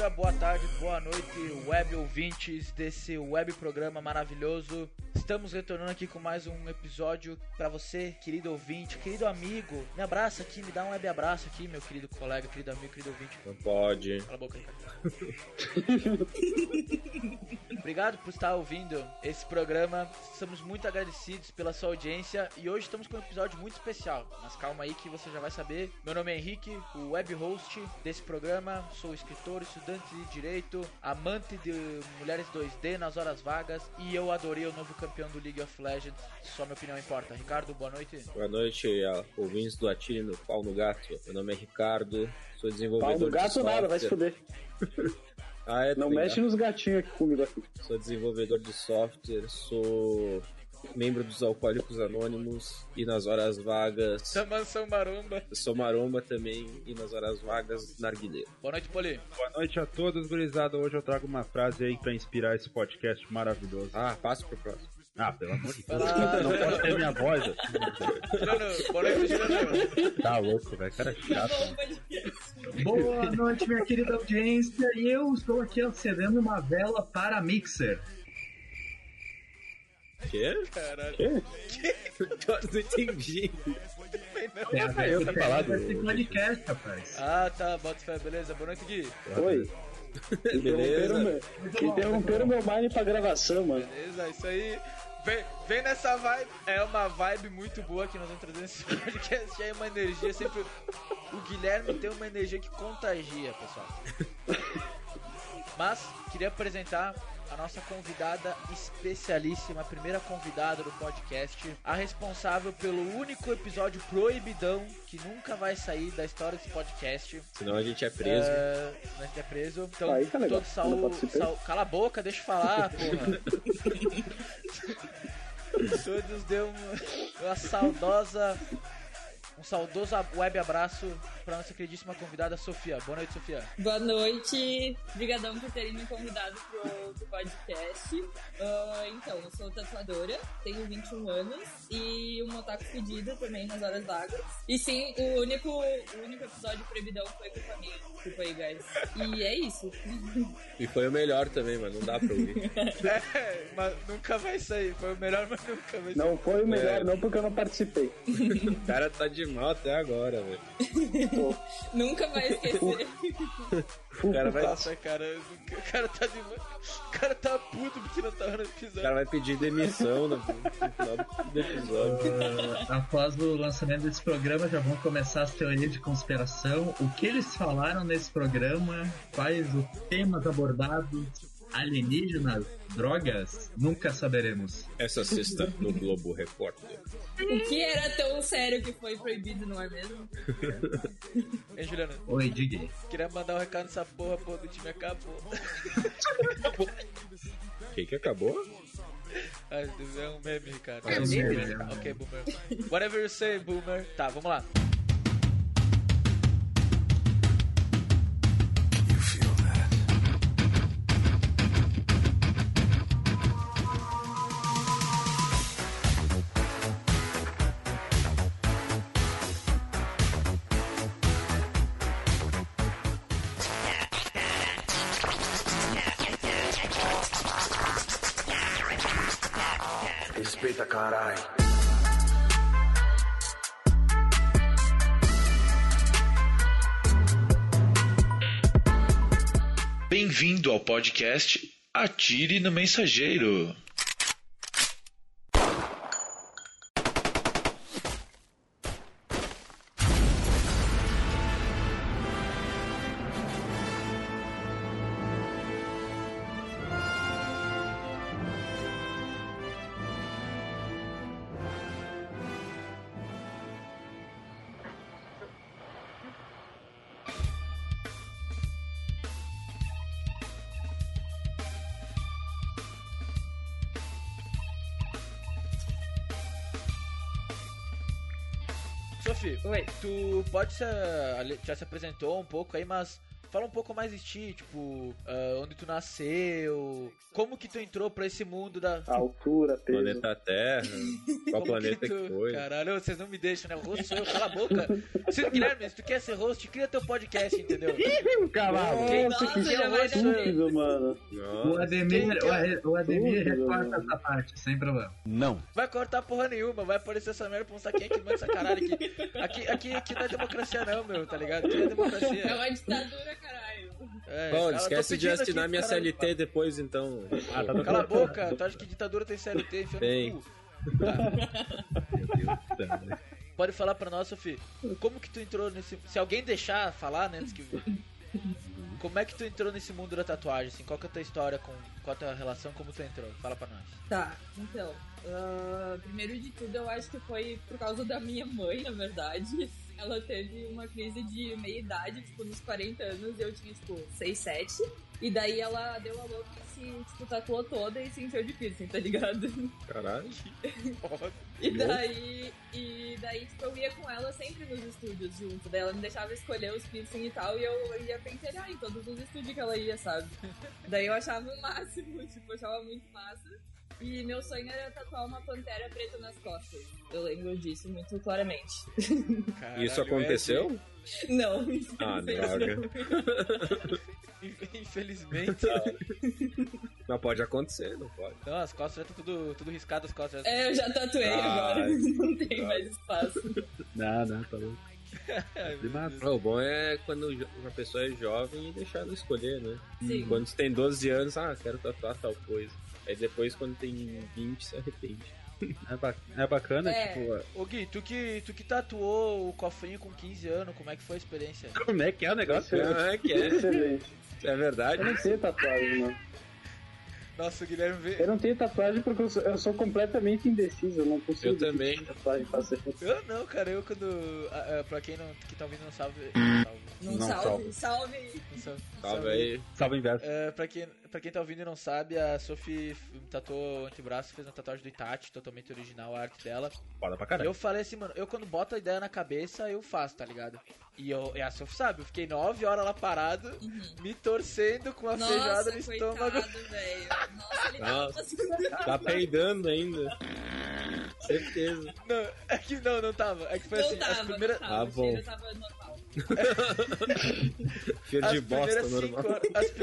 dia, boa tarde, boa noite, web ouvintes desse web programa maravilhoso. Estamos retornando aqui com mais um episódio pra você, querido ouvinte, querido amigo. Me abraça aqui, me dá um web abraço aqui, meu querido colega, querido amigo, querido ouvinte. Não pode. Cala a boca, cara. Obrigado por estar ouvindo esse programa. Estamos muito agradecidos pela sua audiência e hoje estamos com um episódio muito especial. Mas calma aí que você já vai saber. Meu nome é Henrique, o web host desse programa. Sou escritor, estudante de direito, amante de mulheres 2D nas horas vagas e eu adorei o novo campeão do League of Legends. Só minha opinião importa. Ricardo, boa noite. Boa noite, ouvintes do Atire no Pau no Gato. Meu nome é Ricardo, sou desenvolvedor Pau no gato de software. nada, vai se fuder. Não mexe nos gatinhos aqui comigo aqui. Sou desenvolvedor de software, sou membro dos Alcoólicos Anônimos e nas horas vagas... Da Mansão Maromba. Sou maromba também e nas horas vagas, narguilé. Boa noite, Poli. Boa noite a todos, gurizada. Hoje eu trago uma frase aí pra inspirar esse podcast maravilhoso. Passa pro próximo. Pelo amor de Deus. Não pode ter minha voz. Tirando, boa noite, Tirando. Tá louco, velho. Cara chato. Boa noite, minha querida audiência. E eu estou aqui acendendo uma vela para Mixer. Quê? Caralho. Que? Não entendi. Tem a ver eu com falado. esse podcast, rapaz. Tá, bota fé, beleza. Boa noite, Gui. Oi. Beleza. Interromperam meu mine pra gravação, mano. Beleza, isso aí. Vem nessa vibe. É uma vibe muito boa que nós vamos trazer nesse podcast. É uma energia sempre. O Guilherme tem uma energia que contagia, pessoal. Mas queria apresentar a nossa convidada especialíssima, a primeira convidada do podcast, a responsável pelo único episódio proibidão que nunca vai sair da história desse podcast. Senão a gente é preso. Senão a gente é preso. Então, Aí tá legal. cala a boca, deixa eu falar, porra. Todos deu uma saudosa... Um saudoso web abraço para nossa queridíssima convidada Sofia. Boa noite, Sofia. Boa noite. Obrigadão por terem me convidado pro podcast. Então, eu sou tatuadora, tenho 21 anos e um otaku fedida também nas horas vagas. E sim, o único episódio proibidão foi culpa minha. Desculpa aí, guys. E é isso. E foi o melhor também, mas não dá pra ouvir. Mas nunca vai sair. Foi o melhor, mas nunca vai sair. Não foi o melhor, não, porque eu não participei. O cara tá de mal até agora, velho. Nunca vai esquecer. O cara vai... Nossa, cara, o cara tá de... O cara tá puto porque não tava no O episódio. cara vai pedir demissão no final do episódio. Após o lançamento desse programa, já vão começar as teorias de conspiração. O que eles falaram nesse programa? Quais os temas abordados? Alienígenas? Drogas? Nunca saberemos. Essa sexta no Globo Repórter. O que era tão sério que foi proibido, não é mesmo? Hein, Juliana? Oi, diga. Queria mandar um recado nessa porra do time acabou. Que acabou? Ai, Deus, é um meme, Ricardo. É um meme. Ok, Boomer. Whatever you say, Boomer. Tá, vamos lá. Respeita, carai. Bem-vindo ao podcast Atire no Mensageiro. Sophie, Oi. tu pode já se apresentou um pouco aí, mas fala um pouco mais de ti, tipo, onde tu nasceu, como que tu entrou pra esse mundo da... A altura, peso. Planeta Terra, qual planeta que foi. Caralho, vocês não me deixam, né? O host sou eu, cala a boca. Guilherme, se tu quer ser host, cria teu podcast, entendeu? Cavalo. Nossa, que já vai dar estúpido, mano. O Ademir recorta essa parte, sem problema. Não. Vai cortar porra nenhuma, vai aparecer essa merda pra mostrar quem é que manda essa caralho aqui não é democracia não, meu, tá ligado? Aqui não é democracia. É uma ditadura, caralho. Bom, esquece de assinar minha CLT depois, então. Cala a boca, tu acha que ditadura tem CLT? Enfia Tem. no cu. Tá. Pode falar pra nós, Sofia, como que tu entrou nesse... Se alguém deixar falar, né, antes que... Como é que tu entrou nesse mundo da tatuagem, assim? Qual que é a tua história, qual a tua relação, como tu entrou? Fala pra nós. Tá, então, primeiro de tudo eu acho que foi por causa da minha mãe, na verdade. Ela teve uma crise de meia-idade, tipo, nos 40 anos, eu tinha, tipo, 6, 7. E daí ela deu a louca e se, tipo, tatuou toda e se encheu de piercing, tá ligado? Caralho. E daí, tipo, eu ia com ela sempre nos estúdios junto. Daí ela me deixava escolher os piercing e tal, e eu ia pentelhar em todos os estúdios que ela ia, sabe? Daí eu achava o máximo, tipo, eu achava muito massa. E meu sonho era tatuar uma pantera preta nas costas. Eu lembro disso muito claramente. Caralho, isso aconteceu? Não, Ah, droga. Infelizmente. Mas pode acontecer, não pode. Não, as costas já estão tudo riscadas, as costas. É, eu já tatuei agora. Não tem mais espaço. Não, tá louco. O bom é quando uma pessoa é jovem e deixar ela escolher, né? Sim. Quando você tem 12 anos, quero tatuar tal coisa. Aí depois, quando tem 20, se arrepende. É bacana, É. tipo... Ô Gui, tu que tatuou o cofrinho com 15 anos, como é que foi a experiência? Como é que é o negócio? É que é. Excelente. É verdade. Eu não tenho tatuagem, mano. Nossa, o Guilherme veio... Eu não tenho tatuagem porque eu sou completamente indeciso. Eu não consigo. Eu também. Tatuagem fazer. Eu não, cara, eu quando... pra quem que tá ouvindo não sabe... Não, salve. salve. Salve aí. Salve inverso. Pra quem tá ouvindo e não sabe, a Sophie tatuou o antebraço, fez uma tatuagem do Itachi, totalmente original, a arte dela. Foda pra E caralho. eu falei assim, mano, eu quando boto a ideia na cabeça, eu faço, tá ligado? E a Sophie sabe, eu fiquei 9 horas lá parado, me torcendo com a feijoada no estômago. Coitado, velho. Nossa, ele tava Nossa. assim. Tá peidando ainda. Certeza. Não, é que não tava. É que foi assim, as primeiras... Não tava, Ah, bom. o cheiro tava normal. Cheiro de bosta normal.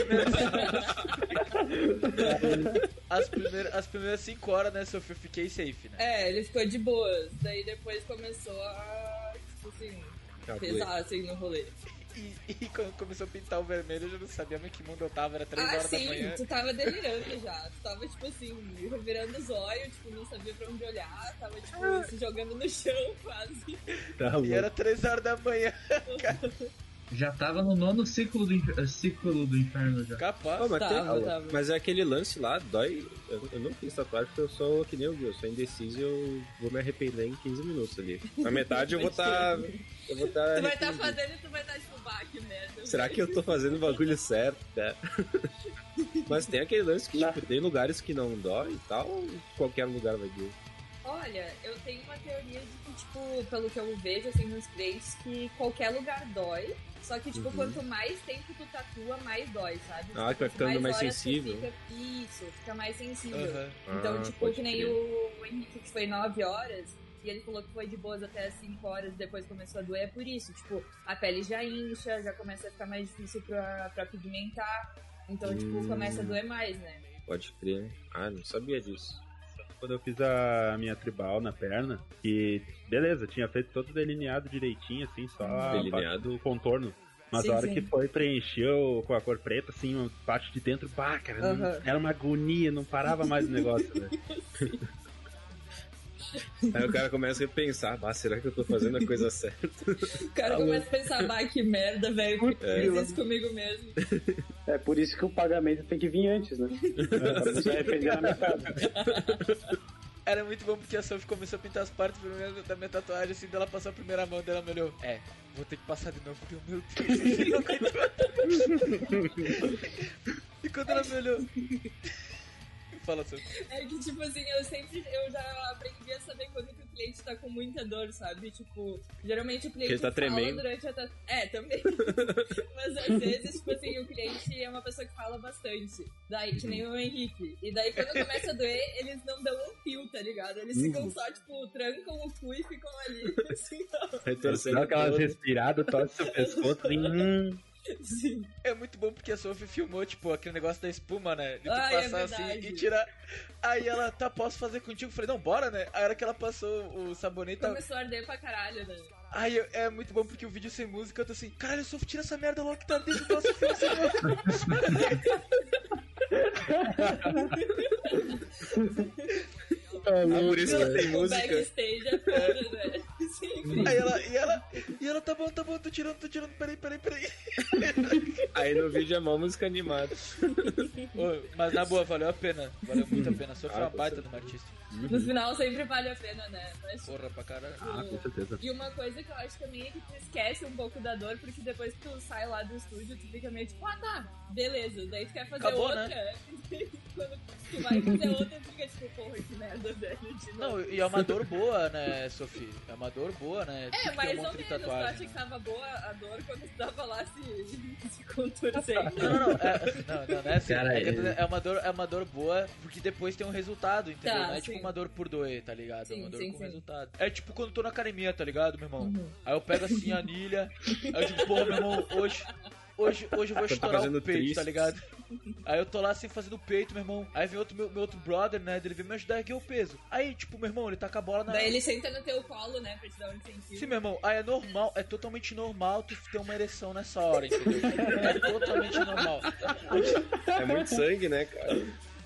As primeiras 5 horas, né, Sophie, eu fiquei safe, né? É, ele ficou de boas. Daí depois começou a, tipo assim, pesar assim no rolê. E quando começou a pintar o vermelho, eu já não sabia mais que mundo eu tava, era 3 horas Sim, da manhã. tu tava delirando já. Tu tava, tipo assim, revirando os olhos, tipo, não sabia pra onde olhar. Tava, tipo, se jogando no chão, quase. Tá E louco. era 3 horas da manhã, Já tava no 9º ciclo do inferno já. capaz. Pô, mas, Tava. mas é aquele lance lá, dói. Eu não fiz tatuagem porque eu sou que nem o Gui, eu sou indeciso e eu vou me arrepender em 15 minutos ali. Na metade eu vou estar. Tu vai estar fazendo e tu vai estar, tipo, que merda. Será que eu tô fazendo o bagulho certo, né? Mas tem aquele lance que, tipo, tem lugares que não dói e tal, qualquer lugar vai doer. Olha, eu tenho uma teoria de que, tipo, pelo que eu vejo, assim, nos clientes, que qualquer lugar dói. Só que, tipo, quanto mais tempo tu tatua, mais dói, sabe? Ah, Tipo, vai ficando mais horas tu sensível. fica mais sensível. Uhum. Então, Ah, tipo, pode que nem crer. o Henrique, que foi 9 horas, e ele falou que foi de boas até as 5 horas, depois começou a doer, é por isso. Tipo, a pele já incha, já começa a ficar mais difícil pra pigmentar. Então, tipo, começa a doer mais, né? Pode crer. Ah, não sabia disso. Quando eu fiz a minha tribal na perna, que beleza, tinha feito todo delineado direitinho, assim, só a parte Delineado. do contorno. Mas Sim, a hora sim. que foi preencher com a cor preta, assim, uma parte de dentro, pá, cara, Aham. era uma agonia, não parava mais o negócio, velho. Aí o cara começa a pensar, será que eu tô fazendo a coisa certa? O cara começa a pensar, que merda, velho, por que É. fiz isso comigo mesmo? É por isso que o pagamento tem que vir antes, né? Pra não se arrepender na metade. Era muito bom porque a Sophie começou a pintar as partes primeiras da minha tatuagem, assim, dela passou a primeira mão dela, me olhou. Vou ter que passar de novo. Eu, meu Deus. E quando ela me olhou... Fala, Sofia. É que, tipo assim, eu já aprendi a saber quando que o cliente tá com muita dor, sabe? Tipo, geralmente o cliente ele tá fala tremendo. durante a... também. Mas às vezes, tipo assim, o cliente é uma pessoa que fala bastante. Daí, que nem o Henrique. E daí, quando começa a doer, eles não dão um fio, tá ligado? Eles ficam só, tipo, trancam o cu e ficam ali, assim, ó. Retorcendo Dá aquelas todo. respiradas, torce seu pescoço e... Sim. É muito bom porque a Sophie filmou, tipo, aquele negócio da espuma, né? De tu Ai, é passar assim verdade. e tirar. Aí ela, tá, posso fazer contigo? Eu falei, não, bora, né? A hora que ela passou o sabonete, tava... Começou a arder pra caralho, né? Aí é muito bom porque o vídeo sem música, eu tô assim, caralho, Sophie, tira essa merda logo que tá dentro do nosso filme, senhor. Por isso que tem O música. backstage é foda, né? Sim. Aí ela, tá bom, tô tirando, peraí. Aí no vídeo é uma música animada. Ô, mas na boa, valeu a pena. Valeu muito a pena. A Sophie é uma com baita de uma artista. No final sempre vale a pena, né? Mas, Porra pra caralho. Ah, com certeza. e uma coisa que eu acho também é que tu esquece um pouco da dor, porque depois que tu sai lá do estúdio, tu fica meio tipo, tá, beleza. Daí tu quer fazer Acabou, outra. né? Quando tu vai fazer outra, tu fica tipo, porra, que merda, velho. De novo. Não, e é uma dor boa, né, Sophie? É uma dor boa, né? É, Tem mais um ou monte de menos. Tu tatuagem, acha que né? tava boa a dor quando tu tava lá se contorcendo. Não, é assim. Cara, É, que é uma dor boa, porque depois tem um resultado, entendeu? Tá, Não é sim. tipo uma dor por doer, tá ligado? É Sim, uma dor sim, com sim. resultado. É tipo quando eu tô na academia, tá ligado, meu irmão? Uhum. Aí eu pego assim a anilha, aí eu digo, porra, meu irmão, hoje eu vou estourar fazendo o peito, tríceps. tá ligado? Aí eu tô lá assim fazendo o peito, meu irmão. Aí vem meu outro brother, né? Ele vem me ajudar a erguer o peso. Aí, tipo, meu irmão, ele taca a bola na. Daí ele senta no teu colo, né, pra te dar um incentivo. Sim, meu irmão, aí é normal, é totalmente normal tu ter uma ereção nessa hora, entendeu? É totalmente normal. É muito sangue, né, cara?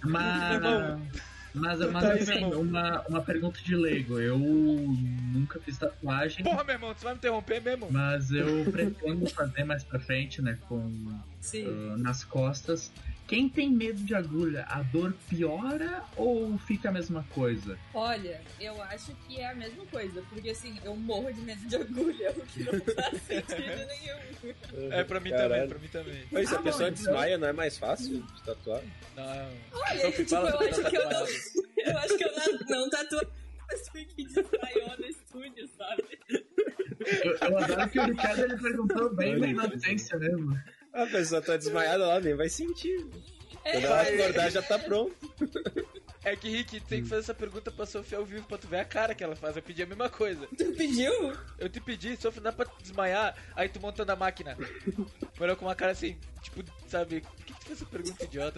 Mas Tá aí, assim, meu uma pergunta de leigo. Eu nunca fiz tatuagem, Porra, meu irmão, você vai me interromper mesmo? mas eu pretendo fazer mais pra frente, né? Sim. Nas costas. Quem tem medo de agulha, a dor piora ou fica a mesma coisa? Olha, eu acho que é a mesma coisa, porque assim, eu morro de medo de agulha, o que não faz sentido nenhum. É, pra mim Caralho. também, pra mim também. Mas se a Ah, pessoa bom, desmaia, não é mais fácil de tatuar? Não. Olha, Sophie, tipo, fala eu sobre acho tua que eu não. tatuagem. Eu acho que eu não tatuei a pessoa que desmaiou no estúdio, sabe? Eu adoro que o Ricardo ele perguntou bem na inocência mesmo. A pessoa tá desmaiada lá, nem vai sentir. Quando ela mas acordar, já tá pronto. É que, Rick, tem que fazer essa pergunta pra Sophie ao vivo pra tu ver a cara que ela faz. Eu pedi a mesma coisa. tu pediu? Eu te pedi, Sophie, dá pra desmaiar, aí tu montando a máquina. Olhou com uma cara assim, tipo, sabe, por que tu fez essa pergunta idiota?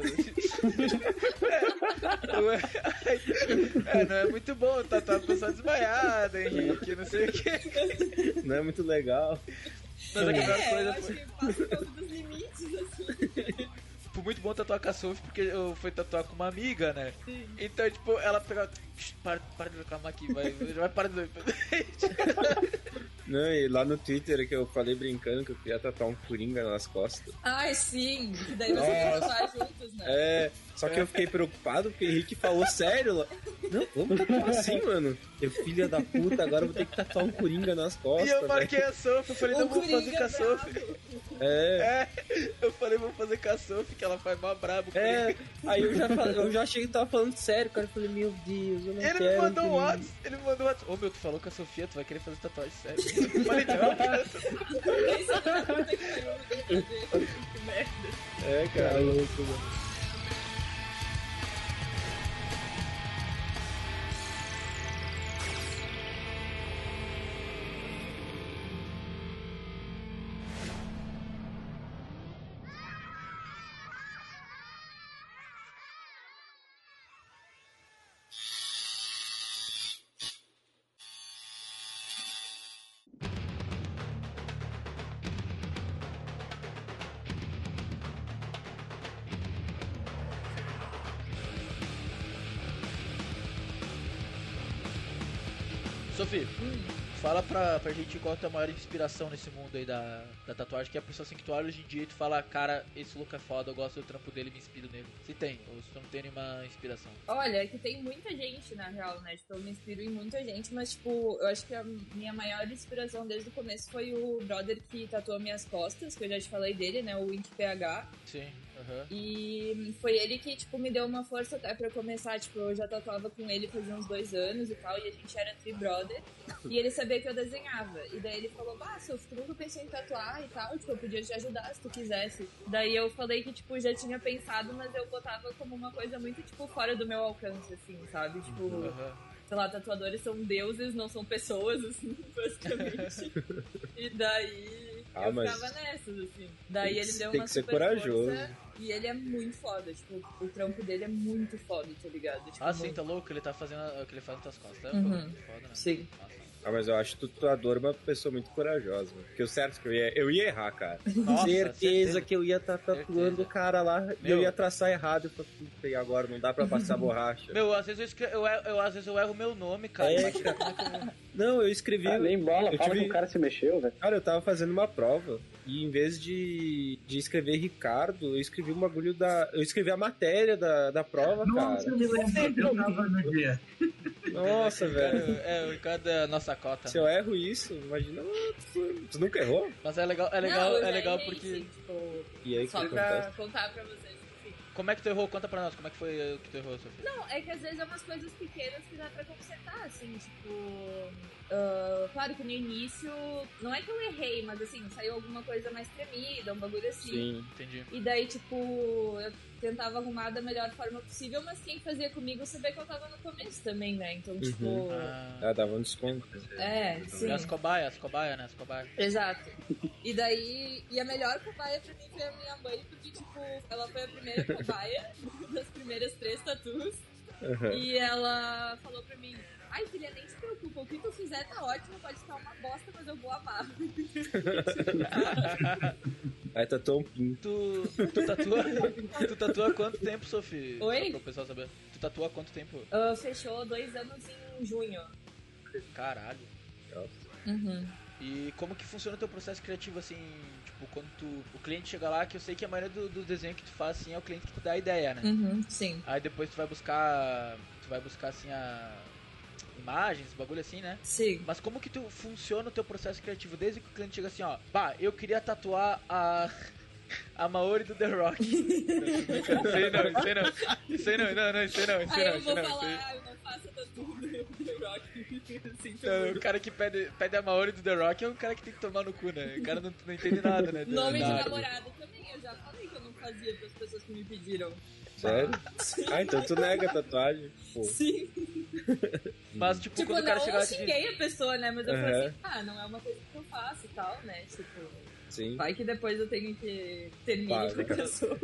Não é muito bom tatuar a pessoa desmaiada, Henrique, não sei o que. Não é muito legal. Mas a melhor Eu coisa acho foi... que passa um pouco dos limites, assim. Foi muito bom tatuar com a Sophie, porque eu fui tatuar com uma amiga, né? Sim. Então, tipo, ela pegou... Para de reclamar aqui, vai parar de... Não, e lá no Twitter que eu falei brincando que eu queria tatuar um coringa nas costas. Ai, sim. Que daí vocês vão tatuar juntos, né? É, só que eu fiquei preocupado porque o Henrique falou sério lá. Não, vamos tatuar assim, mano. Eu, filha da puta, agora eu vou ter que tatuar um coringa nas costas. E eu marquei a Sophie, eu falei, não, vou fazer com a Sophie. bravo. Eu falei, vou fazer com a Sophie, que ela faz mó brabo. Aí eu já achei que tava falando sério, cara. Eu falei, meu Deus, eu não Ele quero. me mandou um coringa. WhatsApp, Ô meu, tu falou com a Sofia, tu vai querer fazer tatuagem sério. Eu falei, não, cara. Esse é o puta que pariu, eu tenho que fazer. Que merda. É, cara, louco, mano. Sofia, fala pra gente qual é a tua maior inspiração nesse mundo aí da tatuagem, que é a pessoa assim que tu olha hoje em dia e tu fala, cara, esse look é foda, eu gosto do trampo dele, me inspiro nele. Se tem, ou se tu não tem nenhuma inspiração. Olha, é que tem muita gente, na real, né? Tipo, eu me inspiro em muita gente, mas, tipo, eu acho que a minha maior inspiração desde o começo foi o brother que tatuou minhas costas, que eu já te falei dele, né? O Ink PH. Sim. Aham. E foi ele que, tipo, me deu uma força até pra começar, tipo, eu já tatuava com ele fazia uns 2 anos e tal, e a gente era tri-brother, e ele sabia que eu desenhava, e daí ele falou, Sof, tu nunca pensou em tatuar e tal, tipo, eu podia te ajudar se tu quisesse. Daí eu falei que, tipo, já tinha pensado, mas eu botava como uma coisa muito, tipo, fora do meu alcance, assim, sabe? Tipo, sei lá, tatuadores são deuses, não são pessoas, assim, basicamente. E daí eu ficava nessas, assim. Daí ele deu tem uma que ser super corajoso. força e ele é muito foda, tipo, o trampo dele é muito foda, tá ligado? Tipo, Sim, tá louco? Ele tá fazendo o que ele faz nas tuas costas. Uhum. Muito foda, né? Sim. Nossa. Mas eu acho o tatuador uma pessoa muito corajosa. Porque o certo é que eu ia errar, cara. Nossa, certeza que eu ia estar tatuando o cara lá e eu ia traçar errado. Eu falei, puta, e agora não dá pra passar borracha. Meu, às vezes às vezes eu erro meu nome, cara. Imagina como é que eu... Não, eu escrevi. Nem bola, fala que o cara se mexeu, velho. Cara, eu tava fazendo uma prova e em vez de escrever Ricardo, eu escrevi um bagulho da. Eu escrevi a matéria da prova, Nossa, cara. eu me lembro, eu tava no dia. Nossa, velho. O Ricardo é a nossa cota. Se eu erro isso, imagina. Tu nunca errou? Mas é legal, Não, eu já legal errei, porque. sim, tipo, E aí que só acontece? pra contar pra vocês. Enfim. Como é que tu errou? Conta pra nós, como é que foi o que tu errou, Sofia? Não, é que às vezes é umas coisas pequenas que dá pra consertar, assim, tipo... claro que no início, não é que eu errei, mas assim, saiu alguma coisa mais tremida, um bagulho assim. Sim. Entendi. E daí, tipo, eu tentava arrumar da melhor forma possível, mas quem fazia comigo sabia que eu tava no começo também, né? Então, tipo... Dava um desconto. sim. As cobaias, né? As cobaias. Exato. E daí, a melhor cobaia pra mim foi a minha mãe, porque, tipo, ela foi a primeira cobaia das primeiras 3 tatus. E ela falou pra mim, ai filha, nem se preocupa, o que tu fizer tá ótimo, pode ficar uma bosta, mas eu vou amar. Aí tatuou um pinto. Tu tatua há quanto tempo, Sophie? Oi? Só para o pessoal saber. Tu tatua há quanto tempo? Fechou 2 anos em junho. Caralho. Uhum. E como que funciona o teu processo criativo, assim, tipo, quando o cliente chega lá, que eu sei que a maioria do desenho que tu faz, assim, é o cliente que te dá a ideia, né? Uhum, sim. Aí depois tu vai buscar, assim, imagens, bagulho assim, né? Sim. Mas como que funciona o teu processo criativo? Desde que o cliente chega assim, ó, eu queria tatuar a Maori do The Rock. Isso aí não. Aí eu vou falar, eu não faço tatu do The Rock. Então, o cara que pede a Maori do The Rock é um cara que tem que tomar no cu, né? O cara não entende nada, né? Nome de namorado também, eu já falei que eu não fazia pras pessoas que me pediram. Sério? Então tu nega a tatuagem? Pô. Sim. Mas, tipo, quando o cara chega lá eu xinguei a pessoa, né? Mas eu falei assim, não é uma coisa que eu faço e tal, né? Tipo, sim. Vai que depois eu tenho que terminar com a pessoa.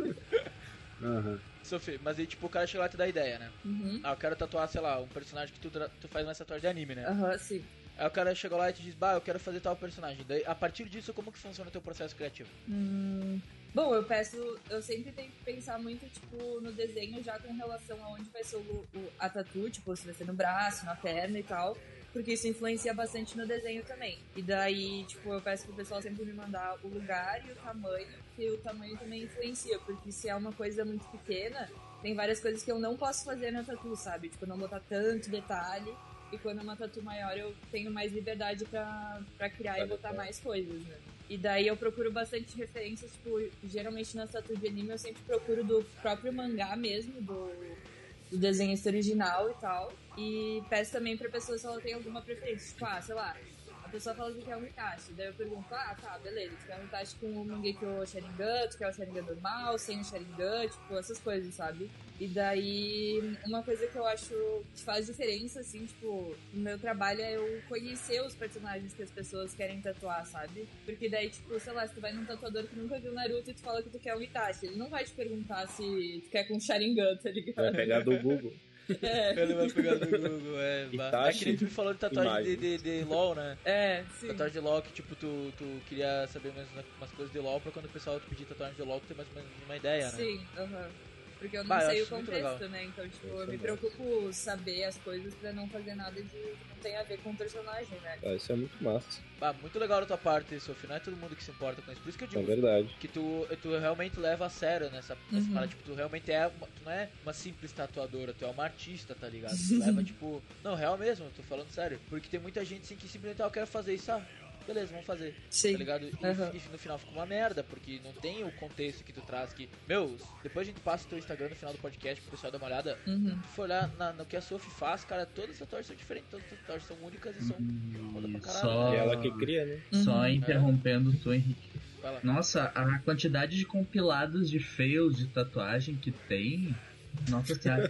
Sophie, mas aí, tipo, o cara chega lá e te dá ideia, né? Uhum. Eu quero tatuar, sei lá, um personagem que tu faz uma tatuagem de anime, né? Sim. Aí o cara chega lá e te diz, eu quero fazer tal personagem. Daí, a partir disso, como que funciona o teu processo criativo? Bom, eu sempre tenho que pensar muito, tipo, no desenho já com relação a onde vai ser a tatu, tipo, se vai ser no braço, na perna e tal, porque isso influencia bastante no desenho também. E daí, tipo, eu peço pro pessoal sempre me mandar o lugar e o tamanho, que o tamanho também influencia, porque se é uma coisa muito pequena, tem várias coisas que eu não posso fazer na tatu, sabe? Tipo, não botar tanto detalhe, e quando é uma tatu maior eu tenho mais liberdade pra criar e botar mais coisas, né? E daí eu procuro bastante referências, tipo, geralmente nas tatu de anime eu sempre procuro do próprio mangá mesmo, do desenhista original e tal. E peço também pra pessoa se ela tem alguma preferência, tipo, sei lá, a pessoa fala que quer um Itachi, daí eu pergunto, tá, beleza, tu quer um Itachi com o Mangekyo Sharingan, tu quer o Sharingan normal, sem o Sharingan, tipo, essas coisas, sabe? E daí, uma coisa que eu acho que faz diferença, assim, tipo, no meu trabalho é eu conhecer os personagens que as pessoas querem tatuar, sabe? Porque daí, tipo, sei lá, se tu vai num tatuador que nunca viu Naruto e tu fala que tu quer um Itachi, ele não vai te perguntar se tu quer com Sharingan, tá ligado? Vai pegar do Google. Ele vai pegar do Google, É que nem tu me falou de tatuagem de LOL, né? Sim. Tatuagem de LOL que, tipo, tu queria saber mais umas coisas de LOL pra quando o pessoal te pedir tatuagem de LOL tu ter mais ou menos uma ideia, né? Sim, porque eu não sei o contexto, né? Então, tipo, eu me preocupo saber as coisas pra não fazer nada que não tem a ver com o personagem, né? Isso é muito massa. Muito legal da tua parte, Sophie. Não é todo mundo que se importa com isso. Por isso que eu digo verdade. Que tu realmente leva a sério nessa parada. Tipo, tu realmente tu não é uma simples tatuadora, tu é uma artista, tá ligado? Tu leva, tipo... Não, real mesmo, eu tô falando sério. Porque tem muita gente, assim, que simplesmente, eu quero fazer isso, beleza, vamos fazer. Sim. Tá ligado? E no final fica uma merda, porque não tem o contexto que tu traz que... Meu, depois a gente passa o teu Instagram no final do podcast pro pessoal dar uma olhada. Tu for olhar no que a Sophie faz, cara, todas as tatuagens são diferentes, todas as tatuagens são únicas e são foda pra caralho. É ela que cria, né? Só interrompendo tu, Henrique. Vai lá. Nossa, a quantidade de compilados de fails de tatuagem que tem... Nossa senhora,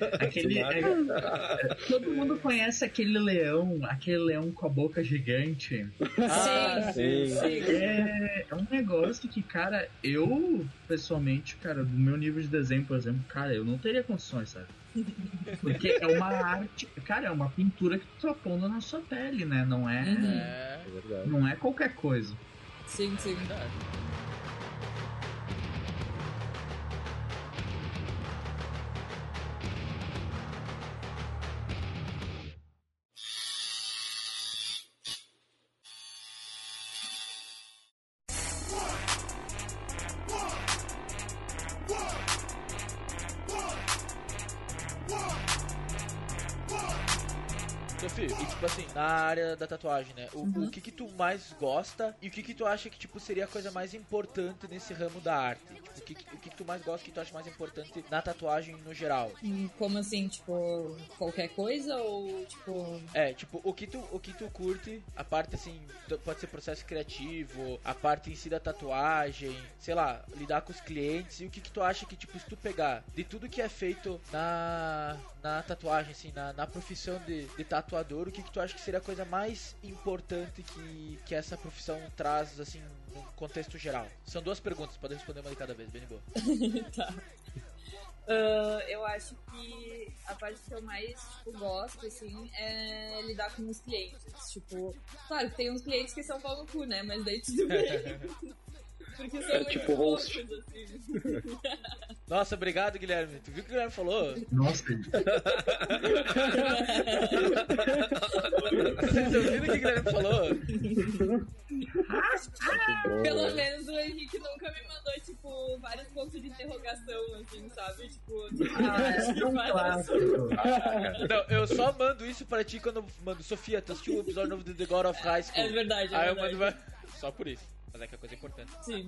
todo mundo conhece aquele leão com a boca gigante. Sim. É um negócio que, cara, eu, pessoalmente, cara, do meu nível de desenho, por exemplo, cara, eu não teria condições, sabe? Porque é uma arte, cara, é uma pintura que tu tá pondo na sua pele, né? Não é, verdade. não é qualquer coisa. Sim. Verdade. Sofia, e tipo assim, na área da tatuagem, né? O que tu mais gosta e o que tu acha que, tipo, seria a coisa mais importante nesse ramo da arte? Tipo, o que tu mais gosta, o que tu acha mais importante na tatuagem no geral? Como assim, tipo, qualquer coisa ou, tipo... Tipo, o que tu curte, a parte, assim, pode ser processo criativo, a parte em si da tatuagem, sei lá, lidar com os clientes, e o que tu acha que, tipo, se tu pegar de tudo que é feito na tatuagem, assim, na profissão de tatuador, o que tu acha que seria a coisa mais importante que essa profissão traz, assim, no contexto geral? São duas perguntas, pode responder uma de cada vez, bem de boa. Tá. Eu acho que a parte que eu mais, tipo, gosto, assim, é lidar com os clientes. Tipo, claro que tem uns clientes que são pau no cu, né? Mas daí tudo bem. Porque são muito tipo loucos, host. assim. Nossa, obrigado, Guilherme. Tu viu o que o Guilherme falou? Nossa, Vocês ouviram o que o Guilherme falou? Pelo menos o Henrique nunca me mandou, tipo, vários pontos de interrogação, assim, sabe? Tipo, é um clássico. Não, eu só mando isso pra ti quando eu mando. Sofia, tu assistiu o episódio novo de The God of High School? É verdade, Aí eu mando só por isso. Mas é que é coisa importante. Sim.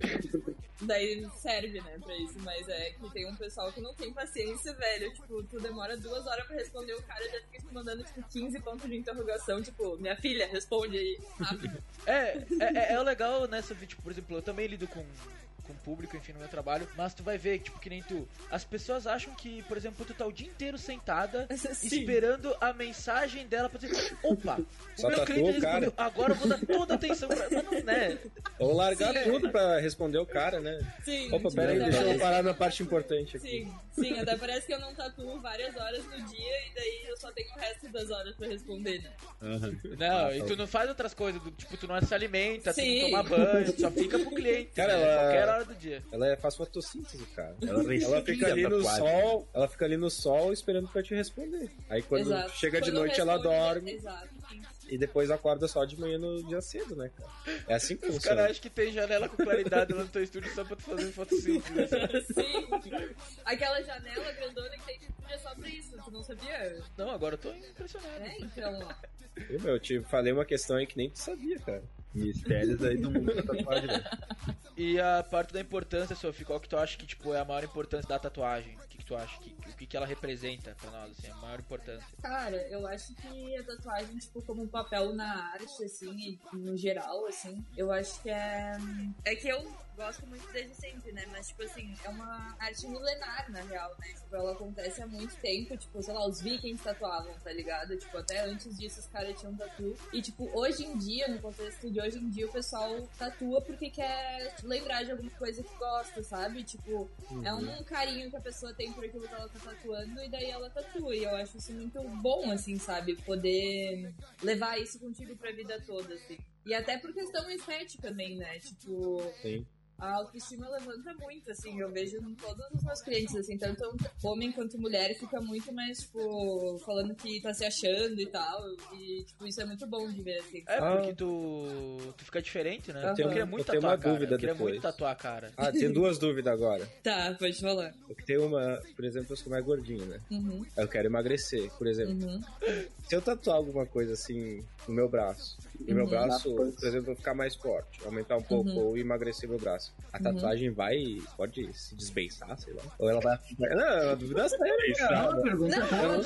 Daí serve, né, pra isso, mas é que tem um pessoal que não tem paciência, velho. Tipo, tu demora 2 horas pra responder, o cara já fica te mandando, tipo, 15 pontos de interrogação. Tipo, minha filha, responde aí, rápido. É o legal nessa, tipo, por exemplo, eu também lido com público, enfim, no meu trabalho, mas tu vai ver, tipo, que nem tu. As pessoas acham que, por exemplo, tu tá o dia inteiro sentada, esperando a mensagem dela pra dizer, opa, Só o meu cliente respondeu, cara. agora eu vou dar toda a atenção pra... Mas não, né? Ou largar tudo pra responder o cara, né? Sim. Opa, tipo, peraí, até deixa eu parece- parar na parte importante aqui. Sim, até parece que eu não tatuo várias horas no dia e daí eu só tenho o resto das horas pra responder, né? Não, e tu não faz outras coisas, tipo, tu não se alimenta, tu Sim. não toma banho, tu só fica pro cliente, Cara, né? Qualquer hora do dia. Ela faz fotossíntese, cara. Ela Ela fica ali no tatuagem. sol, ela fica ali no sol esperando pra te responder. Aí quando Exato. chega de Quando noite ela responde, dorme Exato, sim. e depois acorda só de manhã no dia cedo, né, cara? É assim que Os funciona. caras acham que tem janela com claridade lá no teu estúdio só pra tu fazer fotossíntese. Né? Sim. Aquela janela grandona que tem que é só pra isso, tu não sabia? Não, agora eu tô impressionado. Então, ó. Eu te falei uma questão aí que nem tu sabia, cara. Mistérios aí do mundo da tatuagem, velho. E a parte da importância, Sophie, qual que tu acha que, tipo, é a maior importância da tatuagem? O que tu acha? O que ela representa pra nós, assim, a maior importância? Cara, eu acho que a tatuagem, tipo, como um papel na arte, assim, e no geral, assim, eu acho que é... É que eu gosto muito desde sempre, né? Mas, tipo assim, é uma arte milenar, na real, né? Tipo, ela acontece há muito tempo, tipo, sei lá, os vikings tatuavam, tá ligado? Tipo, até antes disso os caras tinham tatu. E, tipo, hoje em dia, no contexto de hoje em dia, o pessoal tatua porque quer lembrar de alguma coisa que gosta, sabe? Tipo, é um carinho que a pessoa tem por aquilo que ela tá tatuando e daí ela tatua. E eu acho isso muito bom, assim, sabe? Poder levar isso contigo pra vida toda, assim. E até por questão estética também, né? Tipo... Sim. A autoestima levanta muito, assim, eu vejo em todos os meus clientes, assim, tanto homem quanto mulher fica muito mais, tipo, falando que tá se achando e tal, e, tipo, isso é muito bom de ver, assim. É, porque tu fica diferente, né? Eu tenho- Eu queria muito eu tenho tatuar, uma cara. dúvida Eu queria depois. muito tatuar a cara. Ah, tem 2 dúvidas agora. Tá, pode falar. Porque tem uma, por exemplo, eu sou mais gordinho, né? Uhum, Aí eu quero emagrecer, por exemplo. uhum. Se eu tatuar alguma coisa assim no meu braço, e meu braço, por exemplo, ficar mais forte, aumentar um pouco ou emagrecer meu braço, a tatuagem pode se desbeiçar, sei lá? Ou ela vai... Não, é uma dúvida séria, cara. Não, pergunta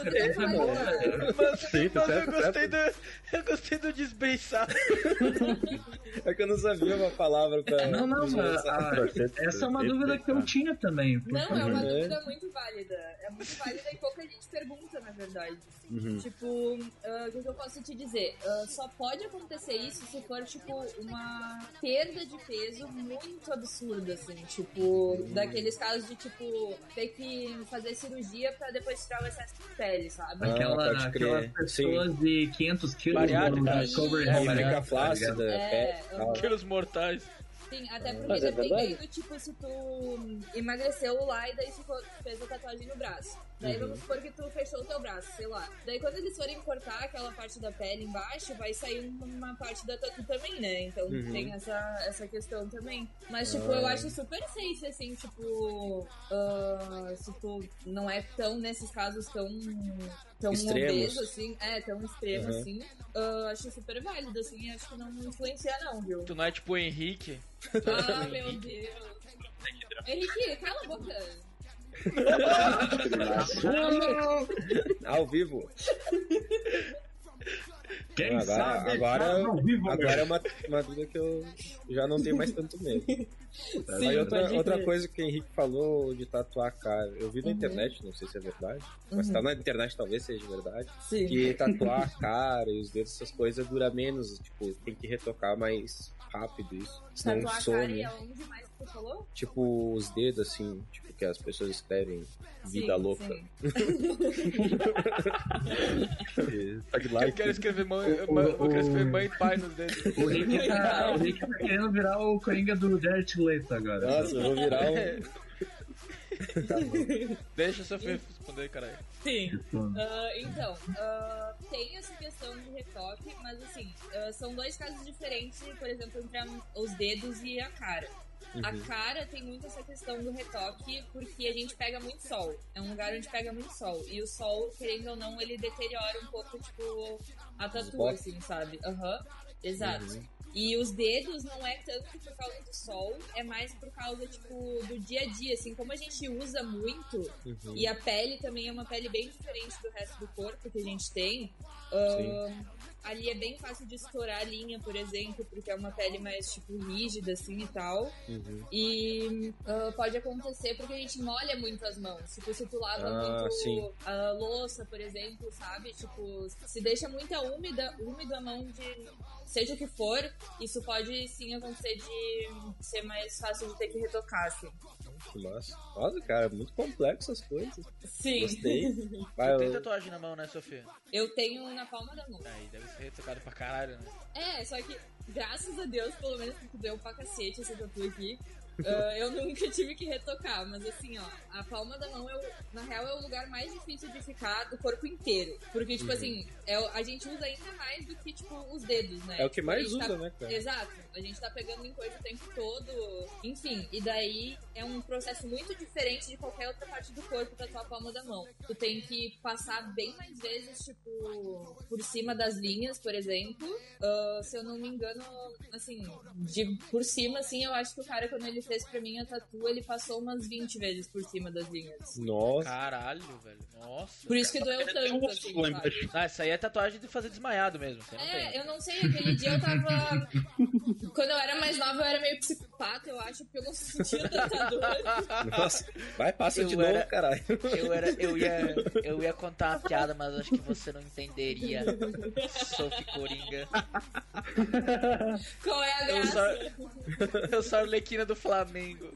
Eu gostei do desbeiçar. É que eu não sabia uma palavra pra... Não, essa é uma dúvida que eu tinha também. Não, é uma dúvida muito válida. É muito válida e pouca gente pergunta, na verdade. Tipo, o que eu posso te dizer? Só pode acontecer isso se for, tipo, uma perda de peso muito absurda, assim. Tipo, daqueles casos de, tipo, ter que fazer cirurgia pra depois tirar o excesso de pele, sabe? Aquelas pessoas de 500 quilos. Fica flácida, Quilos mortais. Sim, até porque dependendo, tipo, se tu emagreceu lá e daí fez a tatuagem no braço. Daí vamos supor que tu fechou o teu braço, sei lá. Daí quando eles forem cortar aquela parte da pele embaixo, vai sair uma parte da tatu também, né? Então tem essa questão também. Mas, tipo, eu acho super safe, assim, tipo... se tu não é tão, nesses casos, tão obeso, assim. Tão extremo, assim. Acho super válido, assim. Acho que não influencia, não, viu? Tu não é tipo o Henrique? Ah, meu Deus. Henrique, cala a boca. Ao vivo. Quem sabe agora é uma dúvida que eu já não tenho mais tanto medo. Sim, aí outra coisa que o Henrique falou de tatuar a cara, eu vi na internet, não sei se é verdade, mas tá na internet, talvez seja verdade. Sim. Que tatuar a cara e os dedos, essas coisas, dura menos, tipo, tem que retocar mais rápido isso. Senão Tatuar a cara e aonde mais que tu falou? Tipo, os dedos, assim, tipo, que as pessoas escrevem vida louca. Sim. Eu quero escrever mãe e pai nos dedos. O Rick tá querendo virar o Coringa do Jared Leto agora. Nossa, eu vou virar Deixa o Sofia responder, caralho. Sim. Então, tem essa questão de retoque, mas assim, são dois casos diferentes, por exemplo, entre os dedos e a cara. A cara tem muito essa questão do retoque porque a gente pega muito sol. É um lugar onde pega muito sol. E o sol, querendo ou não, ele deteriora um pouco, tipo, a tatu, assim, sabe? Exato. E os dedos não é tanto por causa do sol, é mais por causa, tipo, do dia a dia, assim, como a gente usa muito, e a pele também é uma pele bem diferente do resto do corpo que a gente tem, ali é bem fácil de estourar a linha, por exemplo, porque é uma pele mais, tipo, rígida, assim, e tal. E pode acontecer porque a gente molha muito as mãos. Tipo, se tu lava muito a louça, por exemplo, sabe? Tipo, se deixa muito úmido a mão de seja o que for, isso pode, sim, acontecer de ser mais fácil de ter que retocar, assim. Que massa. Nossa, cara, é muito complexo as coisas. Sim. Gostei. Tu tem tatuagem na mão, né, Sofia? Eu tenho na palma da mão. Aí deve ser retocado pra caralho, né? Só que, graças a Deus, pelo menos que deu pra cacete essa tatu aqui, eu nunca tive que retocar, mas assim, ó, a palma da mão, na real, é o lugar mais difícil de ficar do corpo inteiro. Porque, tipo assim, a gente usa ainda mais do que, tipo, os dedos, né? É o que mais usa, né, cara? Exato. A gente tá pegando em coisa o tempo todo, enfim. E daí é um processo muito diferente de qualquer outra parte do corpo da tua palma da mão. Tu tem que passar bem mais vezes, tipo, por cima das linhas, por exemplo. Se eu não me engano, assim, por cima, assim, eu acho que o cara, quando ele fez pra mim a tatu, ele passou umas 20 vezes por cima das linhas. Nossa. Caralho, velho. Nossa. Por isso que doeu tanto, assim, sabe? Essa aí é tatuagem de fazer desmaiado mesmo. Eu não sei, aquele dia eu tava... Quando eu era mais nova, eu era meio psicopata, eu acho, porque eu não sentia tanta dor. Nossa, vai, passa de novo, caralho. Eu ia contar uma piada, mas acho que você não entenderia. Sophie Coringa. Qual é a graça? Eu sou a Arlequina do Flamengo.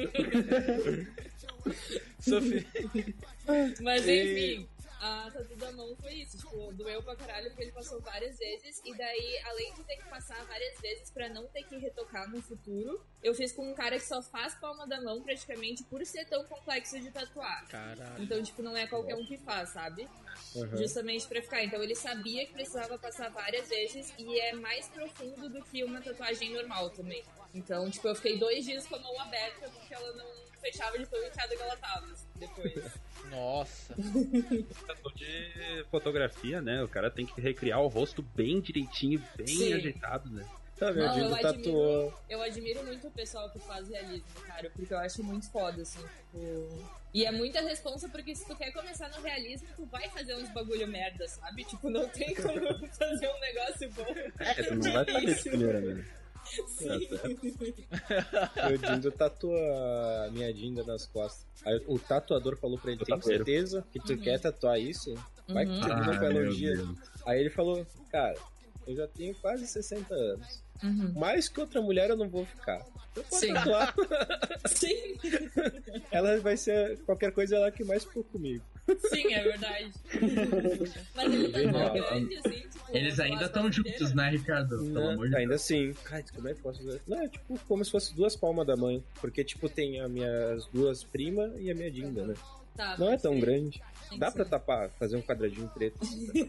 Sophie. Mas enfim, a tatu da mão foi isso, tipo, doeu pra caralho porque ele passou várias vezes, e daí, além de ter que passar várias vezes pra não ter que retocar no futuro, eu fiz com um cara que só faz palma da mão praticamente por ser tão complexo de tatuar. Caralho. Então, tipo, não é qualquer um que faz, sabe? Justamente pra ficar. Então ele sabia que precisava passar várias vezes e é mais profundo do que uma tatuagem normal também. Então, tipo, eu fiquei 2 dias com a mão aberta porque ela não fechava de tão inchada que ela tava. depois. Nossa. De fotografia, né? O cara tem que recriar o rosto bem direitinho, bem ajeitado, né? Tá, meu Dindo tatuou. Eu admiro muito o pessoal que faz realismo, cara, porque eu acho muito foda, assim, tipo... E é muita responsa, porque se tu quer começar no realismo, tu vai fazer uns bagulho merda, sabe? Tipo, não tem como fazer um negócio bom. Tu não vai fazer de primeira, né? Meu Dindo tatua a minha Dinda nas costas. Aí o tatuador falou pra ele: tem certeza que tu quer tatuar isso? Vai que termina com elogio. Aí ele falou: cara, eu já tenho quase 60 anos. Mais que outra mulher eu não vou ficar. Eu posso tatuar. Sim. Ela vai ser qualquer coisa, ela que mais ficou comigo. Sim, é verdade. Mas ele tá tão grande assim, tipo, eles ainda estão juntos, né, Ricardo? Pelo amor de ainda assim. Cara, como é que posso ver? Não, é tipo como se fosse duas palmas da mãe. Porque, tipo, tem as minhas duas primas e a minha Dinda, né? Tá, não é tão grande. Tem Dá que pra ser. tapar, fazer um quadradinho preto.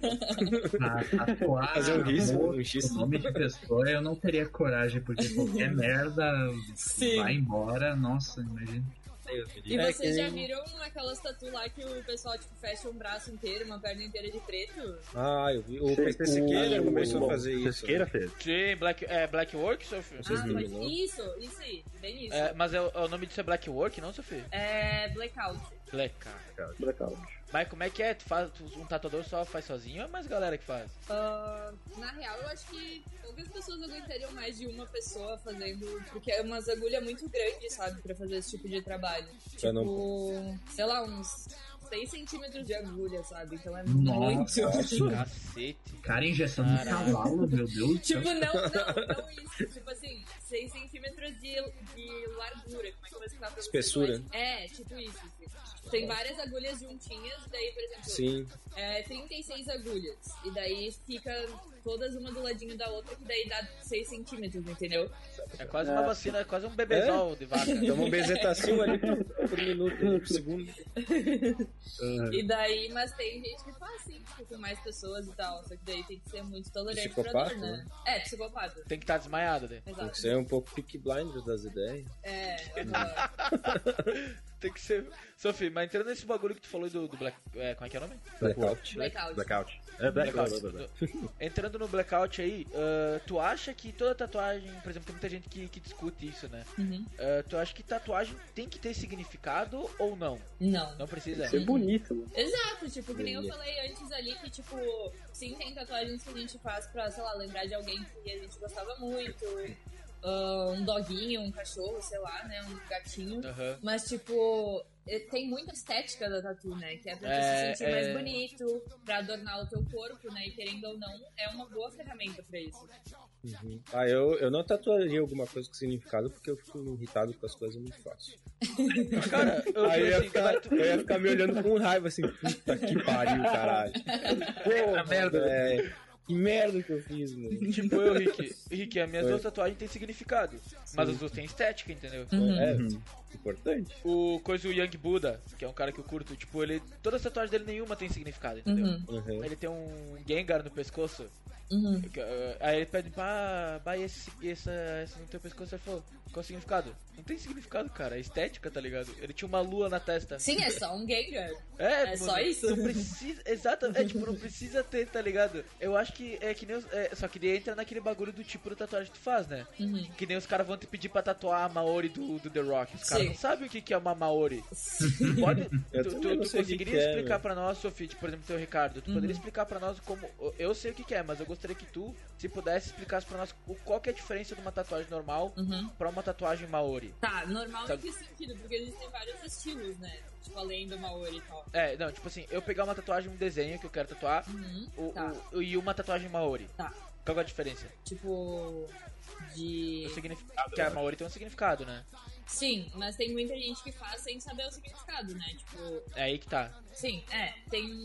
tatuar Fazer um risco, amor, um X. o nome de pessoa, eu não teria coragem, porque qualquer merda vai embora. Nossa, imagina. E vocês já viram aquelas tatu lá que o pessoal, tipo, fecha um braço inteiro, uma perna inteira de preto? Ah, eu vi. O PC Siqueira começou a fazer isso. Siqueira fez. Sim, Black Work, Sofia? Vocês viram, não? Isso aí, bem isso. Mas o nome disso é Black Work, não, Sofia? É Blackout. Blackout. Mas como é que é? Um tatuador só faz sozinho ou é mais galera que faz? Na real, eu acho que poucas pessoas aguentariam mais de uma pessoa fazendo, porque é umas agulhas muito grandes, sabe, pra fazer esse tipo de trabalho. Eu Tipo, sei lá, uns 6 centímetros de agulha, sabe? Então é Nossa. muito. Cacete. Cara, injeção de cavalo, meu Deus. Tipo, não isso. Tipo assim, 6 centímetros de largura. Como é que eu vou explicar pra vocês? Espessura. É, tipo isso. Assim. Tem várias agulhas juntinhas, daí, por exemplo, Sim. 36 agulhas. E daí fica todas uma do ladinho da outra, que daí dá 6 centímetros, entendeu? É quase uma vacina, é quase um bebezol de vaca. Toma um bezetacil ali por minuto, por segundo. E daí, mas tem gente que faz assim, tipo, com mais pessoas e tal. Só que daí tem que ser muito tolerante pra Psicopata, dor, né? É, psicopata. Tem que estar desmaiado, né? Tem Exato. que ser um pouco Peaky Blinders das ideias. Tem que ser. Sophie, mas entrando nesse bagulho que tu falou do Black. Como é que é o nome? Blackout. Blackout. Entrando no Blackout aí, tu acha que toda tatuagem, por exemplo, tem muita gente que discute isso, né? Tu acha que tatuagem tem que ter significado ou não? Não. Não precisa. Ser bonito, né? Exato, tipo, que nem eu falei antes ali, que tipo, sim, tem tatuagens que a gente faz pra, sei lá, lembrar de alguém que a gente gostava muito. Um doguinho, um cachorro, sei lá, né? Um gatinho. Mas, tipo, tem muita estética da tatu, né? Que é pra tu se sentir mais bonito, pra adornar o teu corpo, né? E querendo ou não, é uma boa ferramenta pra isso. Eu não tatuaria alguma coisa com significado porque eu fico irritado com as coisas muito fácil. Cara, Aí eu ia ficar me olhando com raiva assim, puta que pariu, caralho. Porra, merda, velho. Que merda que eu fiz, mano. Tipo eu, Rick, as minhas duas tatuagens têm significado, mas as duas têm estética, entendeu? Importante. O Young Buddha, que é um cara que eu curto, tipo, todas as tatuagens dele nenhuma tem significado, entendeu? Ele tem um Gengar no pescoço. Aí ele pede esse no teu pescoço, ele falou, qual é o significado? Não tem significado, cara, é estética, tá ligado? Ele tinha uma lua na testa. Sim, é só um Gengar. É mano, só isso. Não precisa, tipo, não precisa ter, tá ligado? Eu acho que é que nem só que daí entra naquele bagulho do tipo de tatuagem que tu faz, né? Que nem os caras vão te pedir pra tatuar a Maori do The Rock. Os caras não sabem o que é uma Maori. Tu conseguiria explicar pra nós, Sofia, tipo, por exemplo, teu Ricardo, tu poderia explicar pra nós como... Eu sei o que é, mas eu gostaria que tu, se pudesse, explicasse pra nós qual que é a diferença de uma tatuagem normal pra uma tatuagem Maori. Tá, normal em que sentido? Porque existem vários estilos, né? Tipo, além do Maori e tal. Não, tipo assim, eu pegar uma tatuagem, um desenho que eu quero tatuar, e uma tatuagem Maori. Tá. Qual é a diferença? Tipo, de... O significado. Porque a Maori tem um significado, né? Sim, mas tem muita gente que faz sem saber o significado, né? Tipo... É aí que tá. Sim, tem...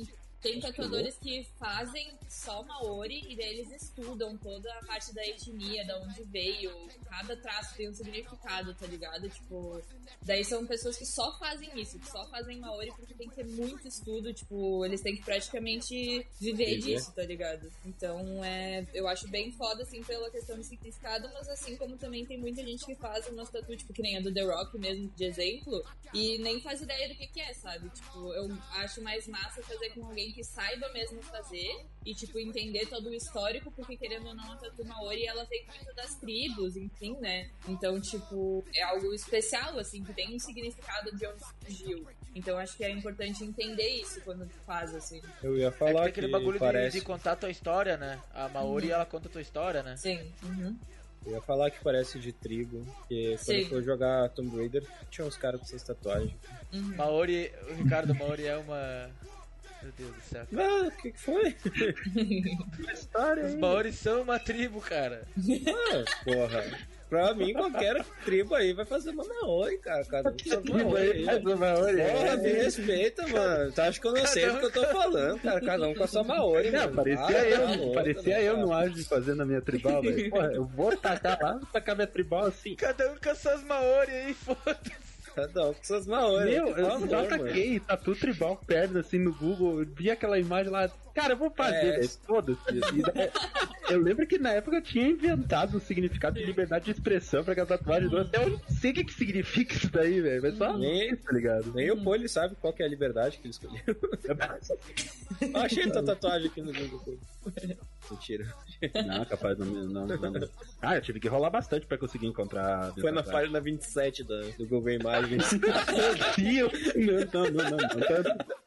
Tem tatuadores que fazem só Maori e daí eles estudam toda a parte da etnia, da onde veio. Cada traço tem um significado, tá ligado? Tipo, daí são pessoas que só fazem isso, que só fazem Maori porque tem que ter muito estudo, tipo, eles têm que praticamente viver disso, tá ligado? Então, eu acho bem foda, assim, pela questão do significado, mas assim como também tem muita gente que faz umas tatu, tipo, que nem a do The Rock mesmo, de exemplo, e nem faz ideia do que é, sabe? Tipo, eu acho mais massa fazer com alguém que saiba mesmo fazer e, tipo, entender todo o histórico, porque querendo ou não, a tatu Maori, ela vem muito das tribos, enfim, né? Então, tipo, é algo especial, assim, que tem um significado de onde surgiu. Então, acho que é importante entender isso quando tu faz, assim. Eu ia falar que aquele bagulho parece... de contar a tua história, né? A Maori, ela conta a tua história, né? Sim. Eu ia falar que parece de tribo, porque quando eu for jogar Tomb Raider, tinha uns caras com essas tatuagens. Maori, o Ricardo Maori é uma... Meu Deus do céu. Ah, o que foi? História os Maoris são uma tribo, cara. Ah, porra. Pra mim, qualquer tribo aí vai fazer uma Maori, cara. Cada um faz uma Maori. Porra, me respeita, mano. Tu acha que eu não sei do que eu tô falando, cara? Cada um com a sua Maori, mano. Parecia eu no auge de fazer na minha tribal, velho. Porra, eu vou tacar lá, vou tacar minha tribal assim. Cada um com as suas Maori aí, foda-se. Cada um com suas Maori. Eu já taquei tatu tribal perto, assim, no Google, vi aquela imagem lá. Cara, eu vou fazer, velho, foda-se. Eu lembro que na época eu tinha inventado um significado de liberdade de expressão pra aquela tatuagem. Até eu não sei o que significa isso daí, velho. Mas só nem, tá ligado? Nem o Poli sabe qual que é a liberdade que ele escolheu. Eu achei tua tatuagem aqui no Google. Mentira. Não, capaz, não. Ah, eu tive que rolar bastante pra conseguir encontrar. Foi na página 27 do Google Imagens. Meu Deus! Não.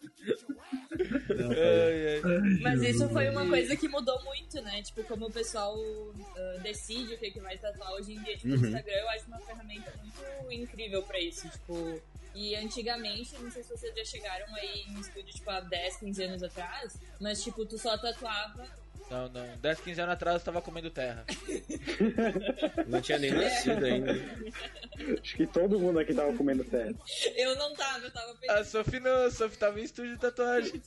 Mas isso foi uma coisa que mudou muito, né? Tipo, como o pessoal decide o que vai tatuar hoje em dia. Tipo, o Instagram eu acho uma ferramenta muito incrível pra isso. Tipo, e antigamente, não sei se vocês já chegaram aí em estúdio, tipo, há 10, 15 anos atrás, mas, tipo, tu só tatuava... Não. 10, 15 anos atrás eu tava comendo terra. Não tinha nem nascido ainda. Acho que todo mundo aqui tava comendo terra. Eu não tava, eu tava pensando. A Sophie não, a Sophie tava em estúdio de tatuagem.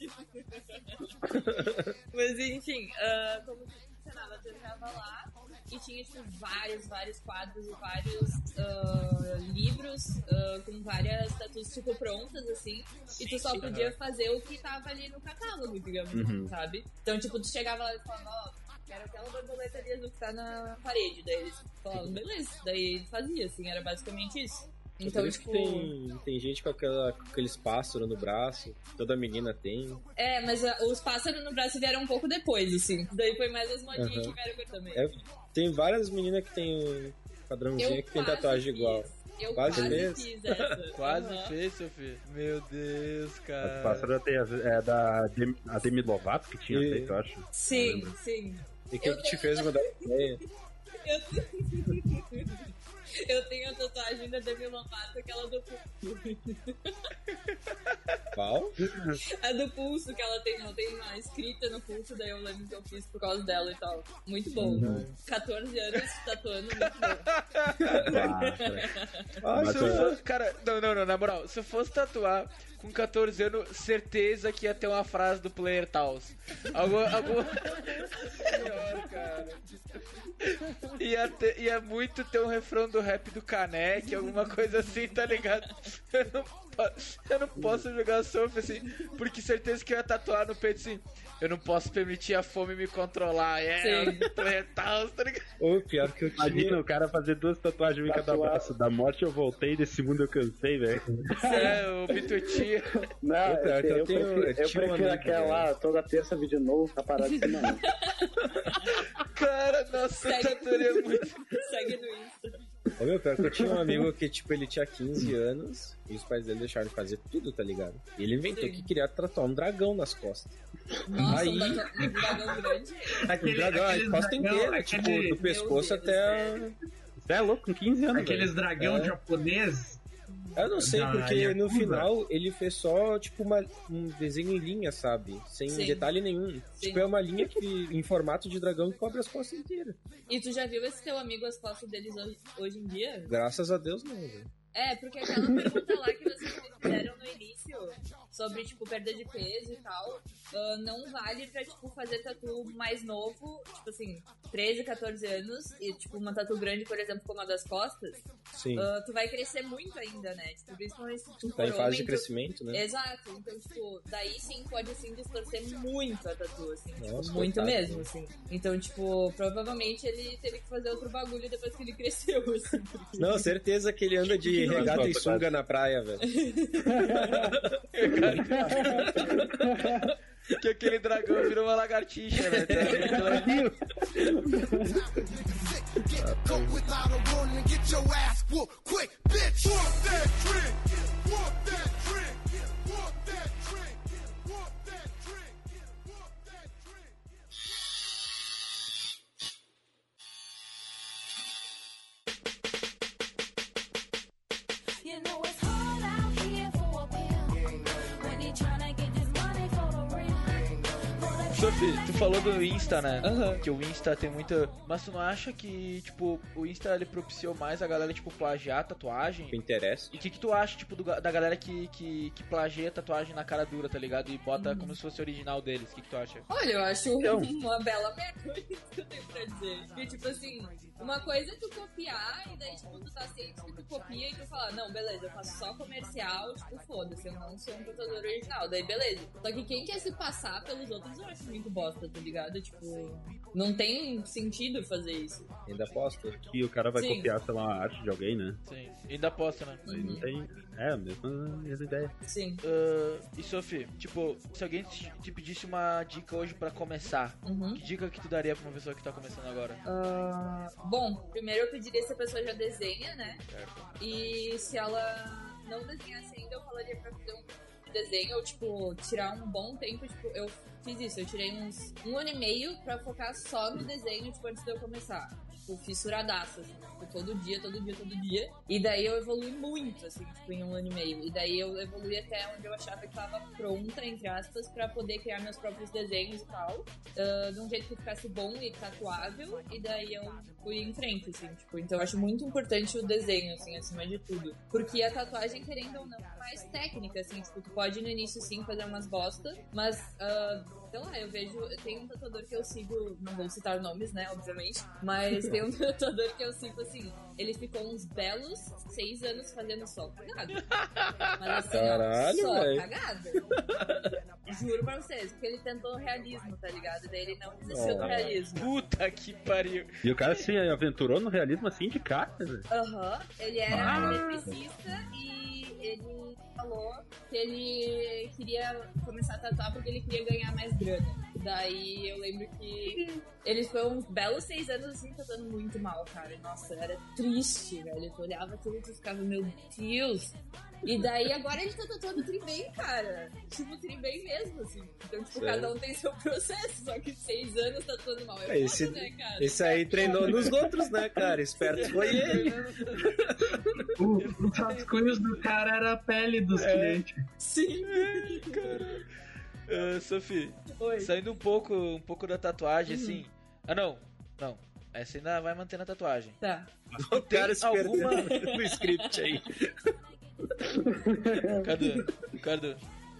Mas enfim, como funcionava, eu entrava lá e tinha tipo, vários quadros e vários livros com várias tatuas tipo prontas, assim, e tu só podia fazer o que tava ali no catálogo, digamos, sabe? Então, tipo, tu chegava lá e falava, ó, quero aquela borboleta ali azul que tá na parede. Daí eles falavam, beleza. Daí fazia, assim, era basicamente isso. Então, tipo... tem gente com aqueles pássaros no braço, toda menina tem. É, mas os pássaros no braço vieram um pouco depois, assim. Daí foi mais as modinhas que vieram também. Tem várias meninas que tem um padrãozinho que tem tatuagem igual. Eu quase fiz essa. Quase fez, Sophie. Meu Deus, cara. O pássaro é da Demi Lovato que tinha feito, eu acho. Sim. E quem que te fez mudar de ideia? Eu tenho a tatuagem da Demi Lovato, aquela do pulso. Qual? A do pulso que ela tem, não tem uma escrita no pulso, daí eu lembro que eu fiz por causa dela e tal. Muito bom. 14 anos tatuando, muito bom. Cara, não, na moral, se eu fosse tatuar com 14 anos, certeza que ia ter uma frase do Player Taos. Alguma... Senhora, cara. Ia muito ter um refrão do rap do Kanek, alguma coisa assim, tá ligado? Eu não posso jogar Sophie assim, porque certeza que eu ia tatuar no peito assim. Eu não posso permitir a fome me controlar. Player Taos, tá ligado? Ou pior que eu tinha. Imagina o cara fazer 2 tatuagens em cada braço. Da morte eu voltei, desse mundo eu cansei, velho. O Bitutinha. Não, eu prefiro aquela lá, toda terça vídeo novo, tá parado assim, não. Cara, nossa, tatuaria muito. Segue no Insta. Ô, meu, pior que eu tinha um amigo que, tipo, ele tinha 15 anos e os pais dele deixaram de fazer tudo, tá ligado? E ele inventou que queria tatuar um dragão nas costas. Nossa, um dragão grande? Um dragão, a costa inteira, tipo, do pescoço até... Você é louco, com 15 anos. Aqueles dragão japonês. Eu não sei, porque no final ele fez só, tipo, um desenho em linha, sabe? Sem detalhe nenhum. Sim. Tipo, é uma linha que, em formato de dragão que cobre as costas inteiras. E tu já viu esse teu amigo, as costas deles hoje em dia? Graças a Deus, não, velho. É, porque aquela pergunta lá que você fez fizeram no início, sobre, tipo, perda de peso e tal, não vale pra, tipo, fazer tatu mais novo, tipo assim, 13, 14 anos, e, tipo, uma tatu grande, por exemplo, como a das costas, Sim. Tu vai crescer muito ainda, né? Tipo, principalmente se tu Tá em fase de crescimento, né? Exato, então, tipo, daí sim pode, assim, distorcer muito a tatu, assim, Nossa, tipo, muito coitado, mesmo, assim. Então, tipo, provavelmente ele teve que fazer outro bagulho depois que ele cresceu, assim. Porque... Não, certeza que ele anda de regata e sunga na praia, velho. Que aquele dragão virou uma lagartixa, né? Sophie, tu falou do Insta, né? Que o Insta tem muita... Mas tu não acha que, tipo, o Insta ele propiciou mais a galera, tipo, plagiar tatuagem? Interessa. E o que tu acha, tipo, da galera que plagia tatuagem na cara dura, tá ligado? E bota como se fosse original deles. O que tu acha? Olha, eu acho uma bela merda isso que eu tenho pra dizer. Porque, tipo assim, uma coisa é tu copiar e daí, tipo, tu tá ciente que tu copia e tu fala, não, beleza, eu faço só comercial, tipo, foda-se, eu não sou um tatuador original. Daí, beleza. Só que quem quer se passar pelos outros, eu acho muito bosta, tá ligado? Tipo, não tem sentido fazer isso. Ainda posta. E o cara vai copiar, sei lá, uma arte de alguém, né? Sim, ainda posta, né? Aí não tem... É, a mesma ideia. Sim. E Sophie, tipo, se alguém te pedisse uma dica hoje pra começar, que dica que tu daria pra uma pessoa que tá começando agora? Bom, primeiro eu pediria se a pessoa já desenha, né? Certo. E se ela não desenhasse ainda, eu falaria pra fazer um desenho, ou tipo, tirar um bom tempo, tipo, eu fiz isso, eu tirei uns 1 ano e meio pra focar só no desenho, tipo, antes de eu começar. Tipo, fissuradaço, assim, tipo, todo dia. E daí eu evolui muito, assim, tipo, em 1 ano e meio. E daí eu evolui até onde eu achava que tava pronta, entre aspas, pra poder criar meus próprios desenhos e tal. De um jeito que ficasse bom e tatuável. E daí eu fui em frente, assim, tipo. Então eu acho muito importante o desenho, assim, acima de tudo. Porque a tatuagem, querendo ou não, é mais técnica, assim, tipo, tu pode no início, sim, fazer umas bosta, mas... Então, eu vejo... Tem um tatuador que eu sigo... Não vou citar nomes, né, obviamente. Mas tem um tatuador que eu sigo, assim... Ele ficou uns belos 6 anos fazendo só cagada. Mas assim, caralho, só véio. Cagada. Juro pra vocês. Porque ele tentou realismo, tá ligado? Daí ele não desistiu do realismo. Puta que pariu. E o cara se aventurou no realismo assim de cara, velho. Ele era eletricista e ele falou que ele queria começar a tatuar porque ele queria ganhar mais grana. Daí eu lembro que ele ficou uns belos 6 anos assim, tatuando muito mal, cara. Nossa, era triste, velho. Tu olhava aquilo e tu ficava, meu Deus. E daí agora ele tá tatuando tri bem, cara. Tipo, tri bem mesmo, assim. Então, tipo, cada um tem seu processo, só que 6 anos tatuando mal. É foda, né, cara? Esse aí treinou nos outros, né, cara? Esperto foi ele. Os rascunhos do cara era a pele dos clientes. Sim. Caralho. Sophie, Oi. saindo um pouco da tatuagem, assim... Ah, não. Essa ainda vai manter na tatuagem. Tá. O cara se alguma... perdeu no script aí. Ricardo.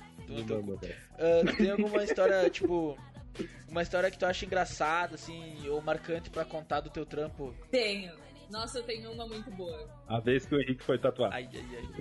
Tem alguma história, tipo... Uma história que tu acha engraçada, assim, ou marcante pra contar do teu trampo? Tenho. Nossa, eu tenho uma muito boa. A vez que o Henrique foi tatuar. Ai.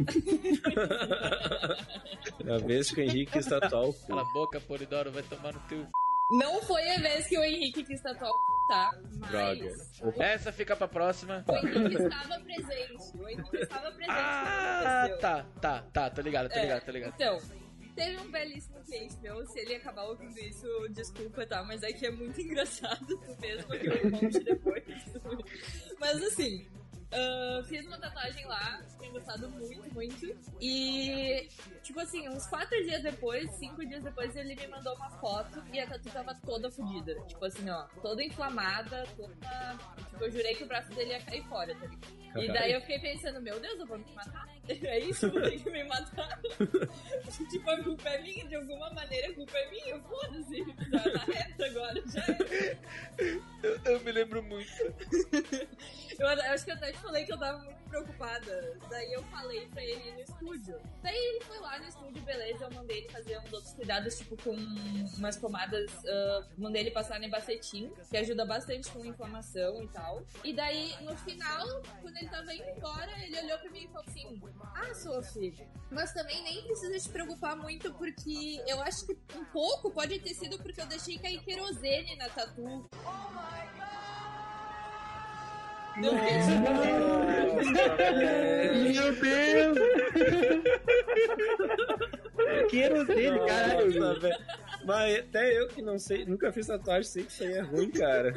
A vez que o Henrique quis tatuar o cu. Cala a boca, Polidoro, vai tomar no teu... Não foi a vez que o Henrique quis tatuar o tá? Mas... Droga. Essa fica pra próxima. O Henrique estava presente. Tá, tô ligado. Então, teve um belíssimo cliente meu, se ele acabar ouvindo isso, desculpa, tá? Mas é que é muito engraçado mesmo, que eu conte depois. Mas assim... fiz uma tatuagem lá, tinha gostado muito. E, tipo assim, uns 4 dias depois, 5 dias depois, ele me mandou uma foto e a tatu tava toda fodida. Tipo assim, ó, toda inflamada, toda. Tipo, eu jurei que o braço dele ia cair fora, tá ligado? E daí eu fiquei pensando, meu Deus, eu vou me matar? É isso? Eu vou ter que me matar? Tipo, a culpa é minha, de alguma maneira a culpa é minha, foda-se. Tá reta agora, já é. Eu me lembro muito. Eu acho que eu até te falei que eu tava muito preocupada. Daí eu falei pra ele ir no estúdio. Daí ele foi lá no estúdio, beleza. Eu mandei ele fazer uns outros cuidados, tipo com umas pomadas. Mandei ele passar Nebacetin, que ajuda bastante com inflamação e tal. E daí, no final, quando ele tava indo embora, ele olhou pra mim e falou assim: ah, Sophie, mas também nem precisa te preocupar muito, porque eu acho que um pouco pode ter sido porque eu deixei cair querosene na tatu. Oh my God! Meu Deus! Querosene, caralho, velho. Mas até eu que não sei, nunca fiz tatuagem, sei que isso aí é ruim, cara.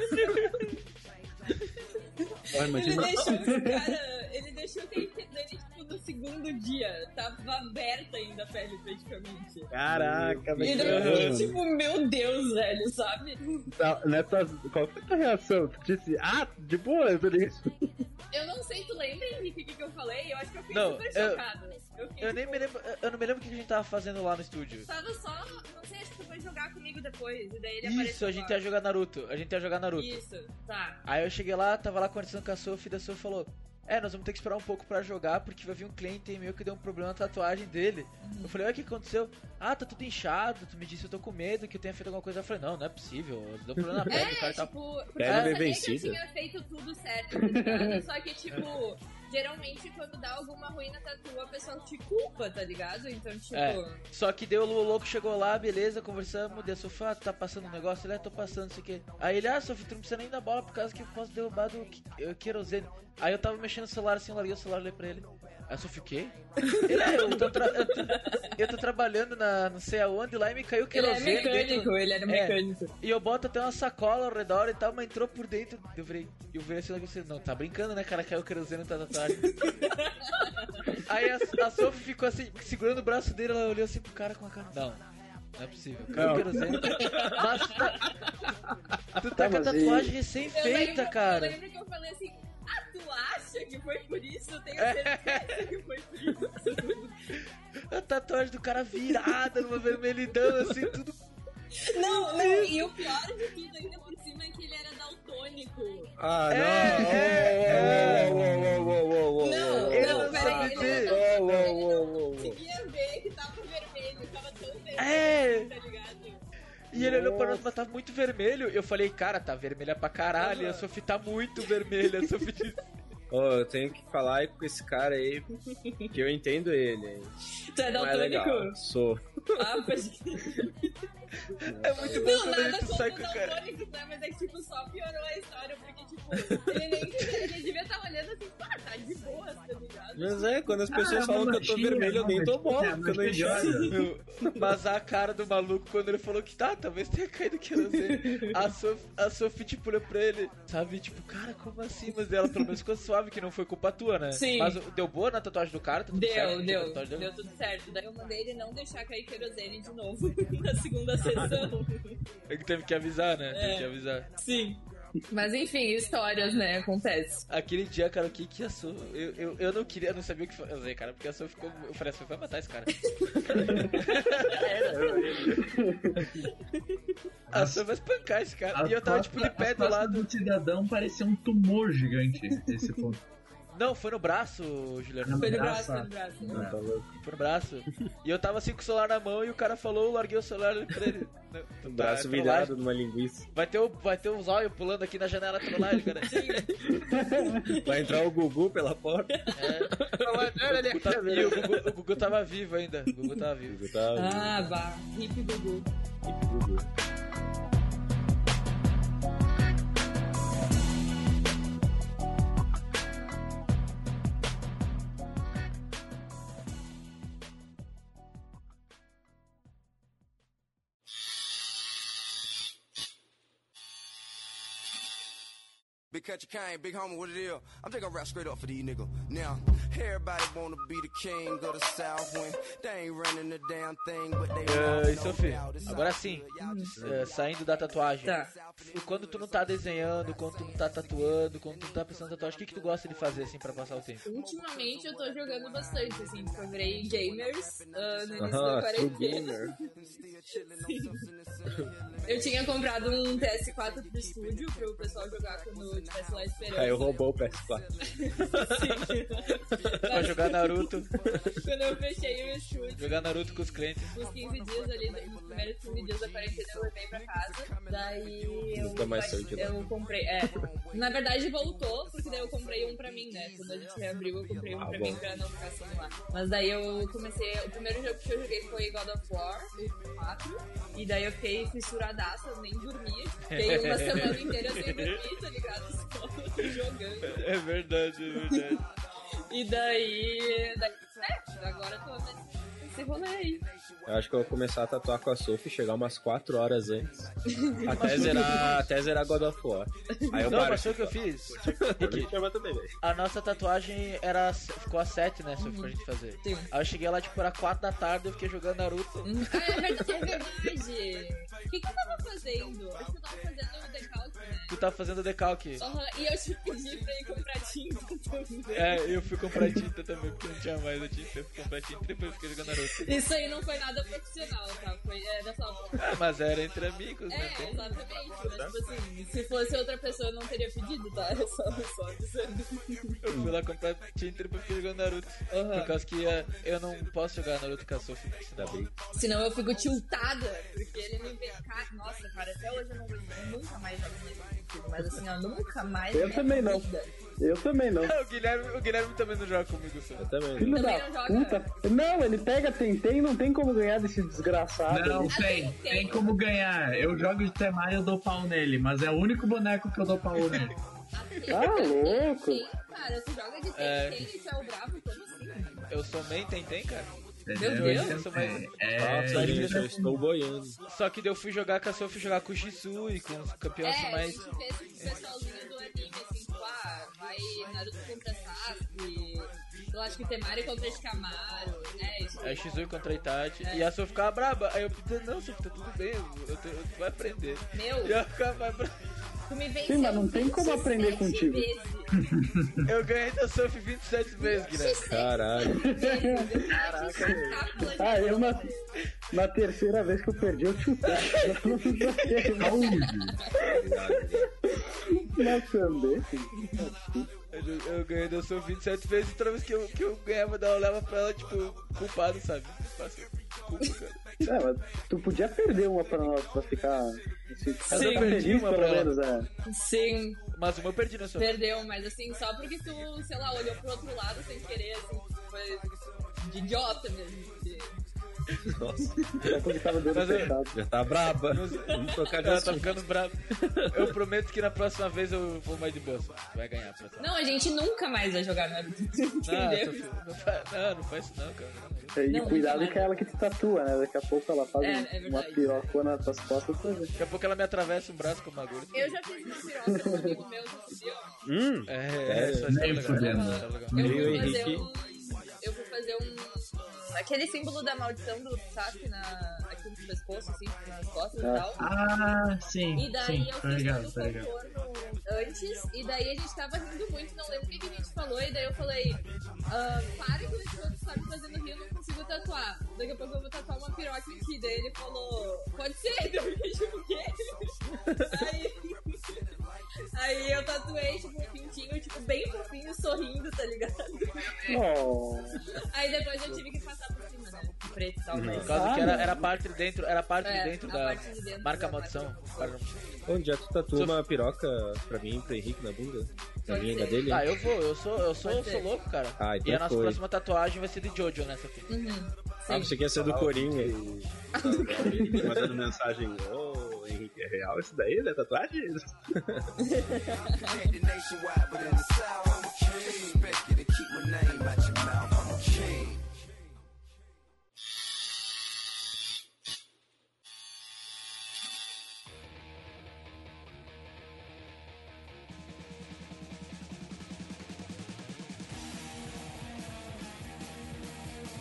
Ele deixou que ele, tipo, no segundo dia. Tava aberta ainda a pele, praticamente. Caraca, velho. E daí, tipo, meu Deus, velho, sabe? Qual foi a tua reação? Tu disse, de boa, eu não sei, tu lembra, Henrique, o que eu falei? Eu acho que eu fiquei super chocada. Eu não me lembro o que a gente tava fazendo lá no estúdio. Tava só, não sei, acho que tu foi jogar comigo depois, e daí ele apareceu. Isso, a gente ia jogar Naruto. Isso, tá. Aí eu cheguei lá, tava lá conversando com a Sophie, e da Sophie falou: nós vamos ter que esperar um pouco pra jogar, porque vai vir um cliente meu que deu um problema na tatuagem dele. Eu falei: o que aconteceu? Ah, tá tudo inchado, tu me disse, eu tô com medo que eu tenha feito alguma coisa. Eu falei: não é possível, deu problema na pele, o cara tá... porque eu sabia que eu tinha feito tudo certo, tá ligado? Só que, tipo, geralmente quando dá alguma ruim na tatu, a pessoa te culpa, tá ligado? Então, tipo... Só que deu o louco, chegou lá, beleza, conversamos, deu Sofá, tá passando um negócio? Ele, tô passando, não sei o que. Aí ele, Sophie, tu não precisa nem dar bola por causa que eu posso derrubar do querosene. Aí eu tava mexendo no celular assim, eu larguei o celular e olhei pra ele. Aí eu Sophie, o quê? Ele, eu tô trabalhando não sei aonde lá e me caiu o querosene. Ele era mecânico. E eu boto até uma sacola ao redor e tal, mas entrou por dentro. Eu virei assim, não, tá brincando, né, cara? Caiu o querosene na tatuagem. Aí a Sophie ficou assim, segurando o braço dele, ela olhou assim pro cara com a cara. Não é possível. Caiu o querosene. Mas tu tá com a tatuagem recém-feita, cara. Eu lembro que eu falei assim: tu acha que foi por isso? Eu tenho certeza que foi por isso. A tatuagem do cara virada numa vermelhidão, assim, tudo. Não, e o pior de tudo ainda por cima é que ele era daltônico. Não, peraí. Ele conseguia ver que tava vermelho, tava tão vermelho, tá ligado? E ele olhou pra nós, mas tá muito vermelho. Eu falei, cara, tá vermelha pra caralho. A Sophie tá muito vermelha. A Sophie disse... eu tenho que falar com esse cara aí, que eu entendo ele, hein? Tu é daltônico? Sou. É muito bom quando a gente sai com o cara. Né? Mas é que, tipo, só piorou a história, porque, tipo, ele devia estar olhando assim, tá de boa, tá ligado? Mas quando as pessoas falam que eu tô vermelho, eu nem tô bola, porque eu não enxergo. Mas a cara do maluco, quando ele falou que talvez tenha caído querosene, a Sophie, tipo, olhou pra ele, sabe, tipo, cara, como assim? Mas ela pelo menos ficou suave, que não foi culpa tua, né? Sim. Mas deu boa na tatuagem do cara? Tá tudo certo? Deu tudo certo. Daí eu mandei ele não deixar cair querosene de novo na segunda sessão. É que teve que avisar, né? Teve que avisar. Sim. Mas enfim, histórias, né? Acontece. Aquele dia, cara, o que a Sophie... Eu não queria, eu não sabia o que fazer, cara, porque a Sophie ficou... Eu falei, a Sophie vai matar esse cara. A Sophie vai espancar esse cara. E eu tava, tipo, de pé do lado. O cidadão parecia um tumor gigante nesse ponto. Não, foi no braço, Juliano. Foi no braço. Foi no braço. E eu tava assim com o celular na mão e o cara falou, eu larguei o celular pra ele. O braço virado numa linguiça. Vai ter um zóio pulando aqui na janela trollagem, cara. Vai entrar o Gugu pela porta. E o Gugu tava vivo ainda. O Gugu tava vivo. Vá. Hip Gugu. Big Country Kane, big homie, what it is? I'm just gonna rap straight up for these niggas. Now, everybody wanna be the king of the South when they ain't running the damn thing, but they E Sophie, agora sim, saindo da tatuagem. Tá. quando tu não tá desenhando, quando tu não tá tatuando, quando tu não tá pensando em tatuagem, o que tu gosta de fazer, assim, pra passar o tempo? Ultimamente eu tô jogando bastante, assim, porque eu virei gamers no início da quarentena. Eu tinha comprado um PS4 pro estúdio pro pessoal jogar quando eu estivesse lá esperando. Aí eu roubou o PS4. Pra jogar Naruto. Quando eu fechei o estúdio. Jogar Naruto com os clientes. Os 15 dias ali, nos primeiros 15 dias da quarentena eu levei pra casa. Daí eu comprei. Na verdade voltou, porque daí eu comprei um pra mim, né? Quando a gente reabriu, eu comprei um pra mim pra não ficar sem lá. Mas daí eu comecei. O primeiro jogo que eu joguei foi God of War, o 4. E daí eu fiquei fissuradaça, eu nem dormi. Fiquei uma semana inteira sem dormir, tá ligado? Só jogando. É verdade. E daí agora eu tô nesse rolê aí. Eu acho que eu vou começar a tatuar com a Sophie, chegar umas 4 horas antes. até zerar God of War. Aí eu não, mas foi o que eu fiz. Me chama também, velho. A nossa tatuagem ficou às 7, né, Sophie, pra gente fazer. Sim. Aí eu cheguei lá, tipo, era 4 da tarde, eu fiquei jogando Naruto. É verdade. O que eu tava fazendo? Acho que eu tava fazendo o decalque, né? Tu tava fazendo o decalque. E eu te pedi pra ir comprar tinta também. Eu fui comprar tinta também, porque não tinha mais a tinta. Eu fui comprar tinta e depois eu fiquei jogando Naruto. Isso aí não foi nada profissional, tá? Foi da sua forma. Mas era entre amigos, né? Exatamente. Mas, tipo assim, se fosse outra pessoa, eu não teria pedido, tá? É só avisando. Eu fui lá comprar tinta e depois fiquei jogando Naruto. Por causa que eu não posso jogar Naruto com a Sophie, porque se dá bem. Senão eu fico tiltada, porque ele me vê. Nossa, cara, até hoje eu nunca mais jogo nesse sentido. Mas assim, ó, nunca mais. Eu também não. O Guilherme também não joga comigo, só. Eu também. Filho Também da não puta. Não, ele pega Tentei e não tem como ganhar desse desgraçado. Não, tem como ganhar. Eu jogo de Temar e eu dou pau nele, mas é o único boneco que eu dou pau nele. Louco. Tem, cara, tu joga de Tenten e tu é o bravo, como assim? Eu sou main Tenten, cara. Meu Deus. Eu sou mais... Eu estou boiando. Só que daí eu fui jogar com a Sophie, jogar com o Shisui, com os campeões mais... A gente fez com o pessoalzinho do anime, assim, tipo, vai Naruto contra Sasuke, eu acho que Temari contra Shikamaru, isso. É Shisui contra Itachi, e a Sophie ficava braba, aí eu pensei, não, Sophie, tá tudo bem, tu vai aprender. Meu, e ela ficava mais brava. Tu me venceu. Sim, mas não tem como aprender contigo. Eu ganhei da Sophie 27 vezes, Guilherme. Caralho. Ah, eu na terceira vez que eu perdi, eu chutei. Mas também. Eu ganhei da Sophie 27 vezes e toda vez que eu ganhava, eu olhava pra ela, tipo, culpado, sabe? Culpa, cara. Mas tu podia perder uma pra nós, pra ficar... Sim, eu perdi uma pelo pra menos, Sim. Mas uma eu perdi na Sophie. Perdeu, mas assim, só porque tu, sei lá, olhou pro outro lado sem querer, assim, foi de idiota mesmo. Nossa. Já tá braba. Vamos trocar de Ela tá ficando brava. Eu prometo que na próxima vez eu vou mais de boa. Vai ganhar. Não, a gente nunca mais vai jogar Naruto. Entendeu? Não faz isso não, cara. E cuidado que é ela que te tatua, né? Daqui a pouco ela faz uma pirocona nas tuas costas. Daqui a pouco ela me atravessa um braço com uma agulha. Eu já fiz uma piroca com um amigo meu, entendeu? Isso vai ser legal. Eu fui fazer aquele símbolo da maldição do Sasuke aqui no pescoço, assim, nas costas e tal. Ah, sim. E daí eu fiz ligado, todo o contorno antes, e daí a gente tava rindo muito, não lembro o que a gente falou, e daí eu falei, para que esse outro tá me fazendo rir, eu não consigo tatuar. Daqui a pouco eu vou tatuar uma piroca aqui. Daí ele falou, pode ser, então eu fiquei tipo, o quê? Aí eu tatuei, tipo, um pintinho, tipo, bem fofinho, sorrindo, tá ligado? Aí depois eu tive que passar por cima, né? Preto e tal. Por causa que era parte de dentro, da marca maldição. Onde já tu tatuou uma piroca pra mim, pro Henrique na bunda? Na linha dele? Eu vou, eu sou louco, cara. Então e a nossa próxima tatuagem vai ser de Jojo, né, Sophie? Você quer ser do Coringa e... mandando mensagem, Henrique, é real isso daí, né? Tatuagem?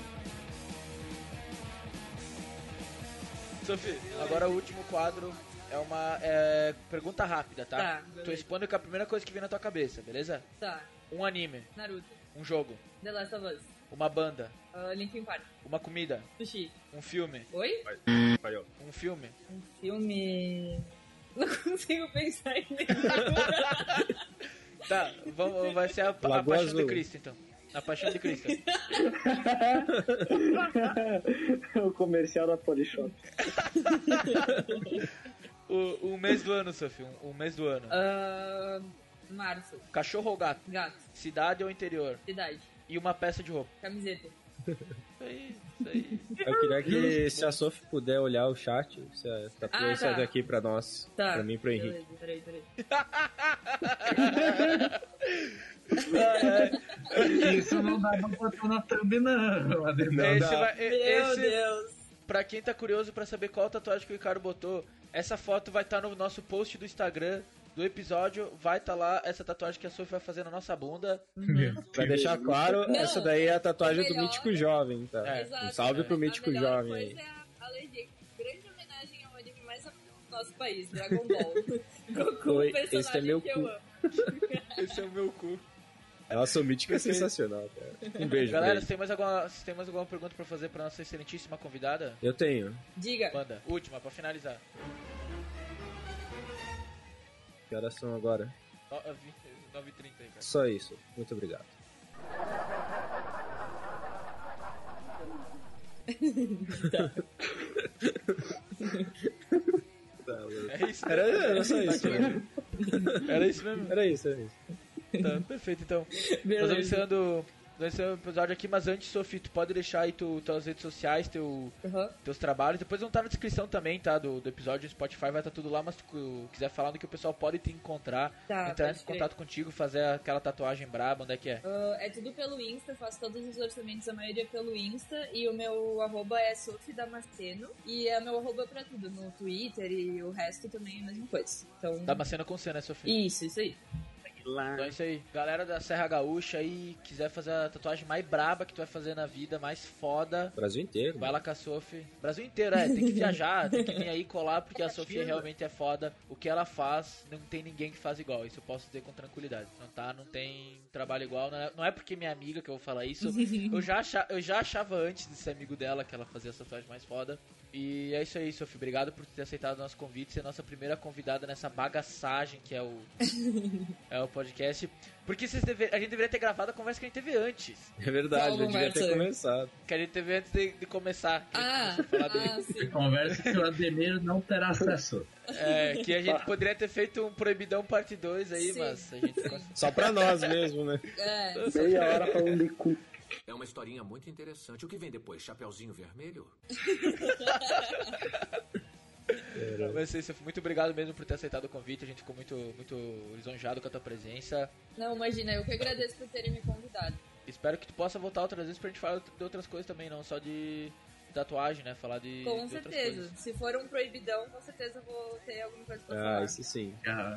Sophie, agora o último quadro é uma pergunta rápida, tá? Tá, Tu beleza. responde com a primeira coisa que vem na tua cabeça, beleza? Tá. Um anime, Naruto. um jogo, The Last of Us. uma banda, Linkin Park. uma comida, Sushi. um filme, Oi? Falhou. um filme. Um filme... Não consigo pensar em nenhum. Tá, vai ser a Lagoa Paixão Azul. de Cristo, então. A Paixão de Cristo. O comercial da Polishop. O mês do ano, Sophie, um mês do ano. Março. Cachorro ou gato? Gato. Cidade ou interior? Cidade. E uma peça de roupa. Camiseta. Isso aí, isso aí. Eu queria que, se a Sophie puder olhar o chat, se a Tatuê sai tá. daqui pra nós, Tá. pra mim e pro Henrique. Beleza, peraí. Isso não dá pra botar na thumb, não. Meu Deus. Pra quem tá curioso pra saber qual tatuagem que o Ricardo botou, essa foto vai estar no nosso post do Instagram do episódio, vai estar lá essa tatuagem que a Sophie vai fazer na nossa bunda. Pra deixar claro, Não, essa daí é a tatuagem o do melhor- Mítico Jovem, tá? É, Exato. Um salve pro Mítico A melhor Jovem aí. coisa é a alergia. Grande homenagem ao anime mais amado do nosso país, Dragon Ball. Goku, Oi, o personagem esse é meu que eu cu. amo. Esse é o meu cu. Nossa, o Mítico é sensacional, cara. Um beijo, Galera, beijo. se tem mais alguma pergunta pra fazer pra nossa excelentíssima convidada? Eu tenho. Diga. Manda. Última, pra finalizar. Que horas são agora? 9h30 aí, cara. Só isso. Muito obrigado. É isso, né? Era só isso, né? Era isso mesmo? Era isso. Tá, perfeito, então. Nós Beleza. vamos encerrando o episódio aqui, mas antes, Sophie, tu pode deixar aí tuas redes sociais, teus trabalhos. Depois vão estar na descrição também, tá? Do episódio do Spotify, vai estar tudo lá, mas se tu quiser falar do que o pessoal pode te encontrar, Tá, entrar pode em contato contigo, fazer aquela tatuagem braba, onde é que é? É tudo pelo Insta, faço todos os orçamentos, a maioria pelo Insta. E o meu arroba é Sophie Damasceno. E é meu arroba pra tudo, no Twitter e o resto também é a mesma coisa. Então... Damasceno com C, né, Sophie? Isso aí. Então é isso aí. Galera da Serra Gaúcha aí, quiser fazer a tatuagem mais braba que tu vai fazer na vida, mais foda, Brasil inteiro. vai lá com a Sophie. Brasil inteiro, tem que viajar, tem que vir aí colar, porque a Sophie realmente é foda. O que ela faz, não tem ninguém que faz igual. Isso eu posso dizer com tranquilidade. Não tem trabalho igual. Não é porque minha amiga que eu vou falar isso. Eu já achava antes de ser amigo dela que ela fazia essa tatuagem mais foda. E é isso aí, Sophie. Obrigado por ter aceitado o nosso convite, ser nossa primeira convidada nessa bagaçagem que é o podcast. Porque a gente deveria ter gravado a conversa que a gente teve antes. É verdade, Qual eu devia ter conversa? começado. Que a gente teve antes de começar. Sim. Conversa que o Ademir não terá acesso. Que a gente poderia ter feito um Proibidão parte 2 aí, Sim. mas a gente... Só pra nós mesmo, né? Meia hora falando de cu. É uma historinha muito interessante. O que vem depois? Chapeuzinho Vermelho? Mas isso, muito obrigado mesmo por ter aceitado o convite. A gente ficou muito, muito lisonjeado com a tua presença. Não, imagina, eu que agradeço por terem me convidado. Espero que tu possa voltar outras vezes pra gente falar de outras coisas também, não só de tatuagem, né? Falar de Com de outras certeza. coisas. Se for um proibidão, com certeza eu vou ter alguma coisa pra falar. Isso sim.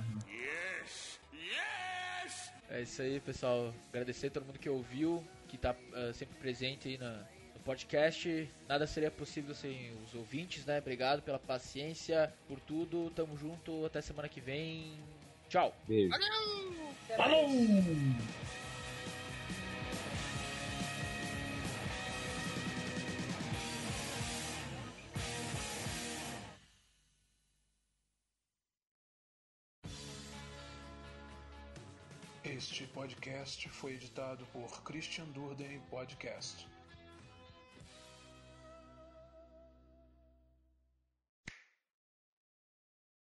É isso aí, pessoal. Agradecer a todo mundo que ouviu, que tá sempre presente aí no podcast. Nada seria possível sem os ouvintes, né? Obrigado pela paciência, por tudo. Tamo junto. Até semana que vem. Tchau. Beijo. Falou! Este podcast foi editado por Christian Durden Podcast.